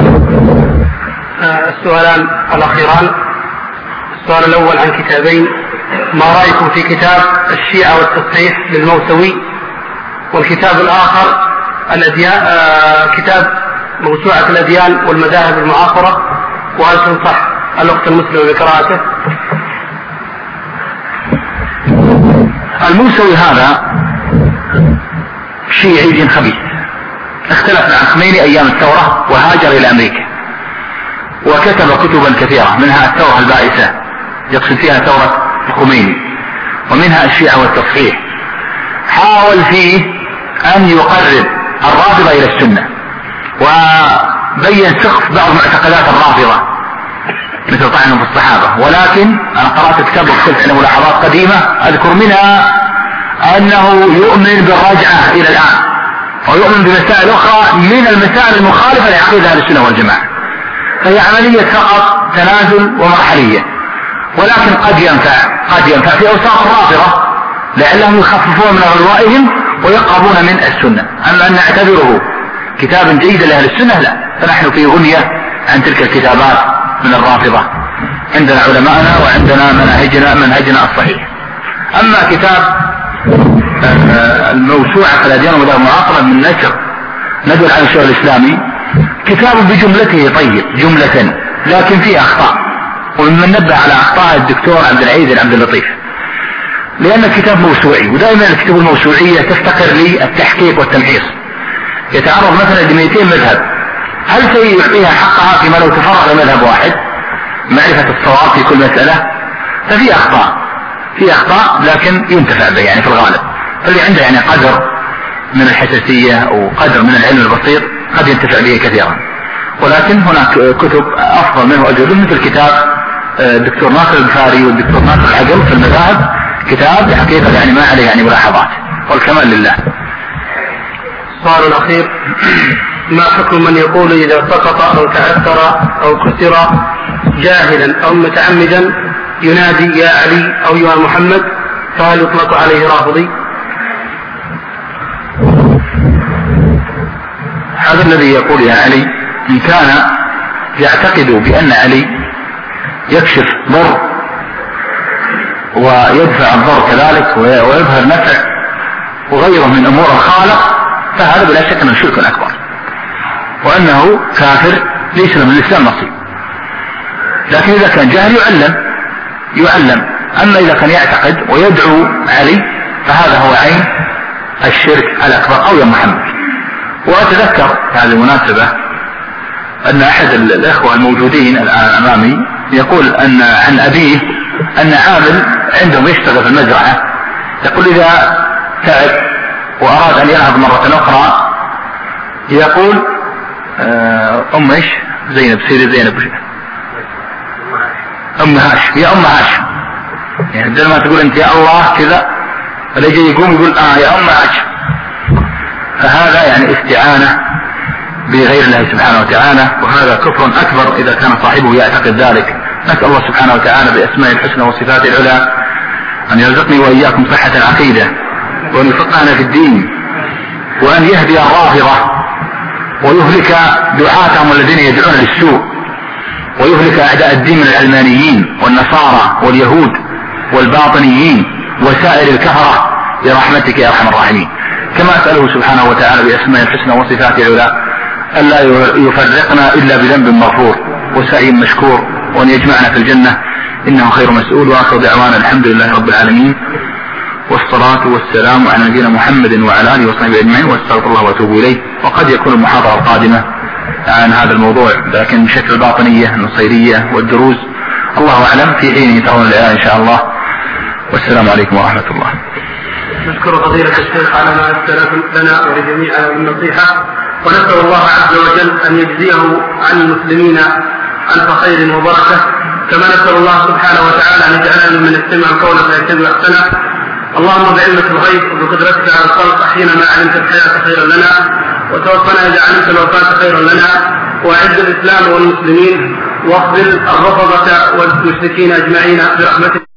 السؤالان الأخيران: السؤال الأول عن كتابين، ما رأيكم في كتاب الشيعة والتصحيح للموسوي، والكتاب الآخر كتاب موسوعة الأديان والمذاهب المعاصرة، وهل تنصح الأخت المسلمة بقراءته؟ الموسوي هذا شيعي خبيث، اختلف مع الخميني أيام الثورة وهاجر إلى أمريكا، وكتب كتبا كثيرة، منها الثورة البائسة يقصد فيها ثورة الخميني، ومنها الشيعة والتصحيح. حاول فيه أن يقرب الرافضة إلى السنة، وبين سقف بعض معتقدات الرافضة مثل طعنهم في الصحابة. ولكن أنا قرأت كتاب وكتبت عنه ملاحظات قديمة أذكر منها أنه يؤمن بالرجعة إلى الآن، ويؤمن بمسائل أخرى من المسائل المخالفة لعقيدة أهل السنة والجماعة، فهي عملية فقط تنازل ومرحلية، ولكن قد ينفع في أوساط الرافضة لعلهم يخففون من أغوائهم ويقربون من السنة. أما أن نعتبره كتابا جيدا لأهل السنة لا، فنحن في غنية عن تلك الكتابات من الرافضة، عندنا علماءنا وعندنا منهجنا الصحيح. أما كتاب الموسوعة في الأديان والمذاهب المعاصرة من نشر ندل عن الشيخ الإسلامي، كتاب بجملته طيب جملة، لكن فيه أخطاء، ومن نبه على أخطاء الدكتور عبد العزيز عبد اللطيف، لأن الكتاب موسوعي، ودائما الكتب الموسوعية تفتقر للتحقيق والتمحيص. يتعرض مثلا ل 200 مذهب، هل سيعطيها حقها فيما لو تفرغ مذهب واحد معرفة الصواب في كل مسألة؟ ففي أخطاء لكن ينتفع به يعني في الغالب، فاللي عنده يعني قدر من الحساسية أو قدر من العلم البسيط قد ينتفع به كثيرا. ولكن هناك كتب أفضل منه وأجل، مثل كتاب الدكتور ناصر البخاري والدكتور ناصر العقل في المذاهب، كتاب بحقيقة يعني ما عليه يعني ملاحظات، والكمال لله. السؤال الأخير: ما حكم من يقول إذا سقط أو تعثر أو كسر جاهلا أو متعمدا ينادي يا علي أو يا محمد، فهل يطلق عليه رافضي؟ هذا الذي يقول يا علي إن كان يعتقد بأن علي يكشف ضر ويدفع الضر كذلك ويظهر نفع وغيره من أمور الخالق، فهذا بلا شك من الشرك الأكبر، وأنه كافر ليس له من الإسلام نصيب. لكن إذا كان جاهل يعلم. أما إذا كان يعتقد ويدعو علي فهذا هو عين الشرك الأكبر أو يا محمد. وأتذكر هذه المناسبة أن أحد الإخوة الموجودين الآن أمامي يقول أن عن أبيه أن عامل عندهم يشتغل في المزرعة، يقول إذا تعب وأراد أن يلعب مرة أخرى يقول أم إيش زينب سيدي زينب أم هاشم يا أم هاشم، يعني بدل ما تقول أنت يا الله كذا فليجي يقوم يقول يا أم هاشم، فهذا يعني استعانة بغير الله سبحانه وتعالى، وهذا كفر أكبر إذا كان صاحبه يعتقد ذلك. نسأل الله سبحانه وتعالى بأسماء الحسنى وصفاته العلى أن يرزقني وإياكم صحة العقيدة، وأن يفقهنا في الدين، وأن يهدي الرافضة ويهلك دعاتهم الذين يدعون للسوء، ويهلك أعداء الدين من العلمانيين والنصارى واليهود والباطنيين وسائر الكفرة برحمتك يا أرحم الراحمين. كما أسأله سبحانه وتعالى بأسماء الحسنى وصفاته العلى ألا يفرقنا إلا بذنب مغفور وسعي مشكور، وأن يجمعنا في الجنة إنه خير مسؤول. وآخر دعوانا الحمد لله رب العالمين، والصلاة والسلام على نبينا محمد وعلى آله وصحبه أجمعين، واستغفر الله وأتوب إليه. وقد يكون المحاضرة القادمة عن هذا الموضوع لكن بشكل الباطنية النصيرية والدروز الله أعلم في حينه ترون الآية إن شاء الله. والسلام عليكم ورحمة الله. نشكر فضيلة الشيخ على ما أسلف لنا ولجميع النصيحة، ونسأل الله عز وجل أن يجزيه عن المسلمين ألف خير وبركة، كما نسأل الله سبحانه وتعالى أن يجعلنا من يستمع القول فيتبع أحسنه. اللهم بعلمك الغيب وبقدرتك على الخلق أحينا ما علمت الحياة خيرا لنا، وتوفنا إذا علمت الوفاة خيرا لنا، وأعز الإسلام والمسلمين، واخذل الرفضة والمشركين أجمعين برحمتك.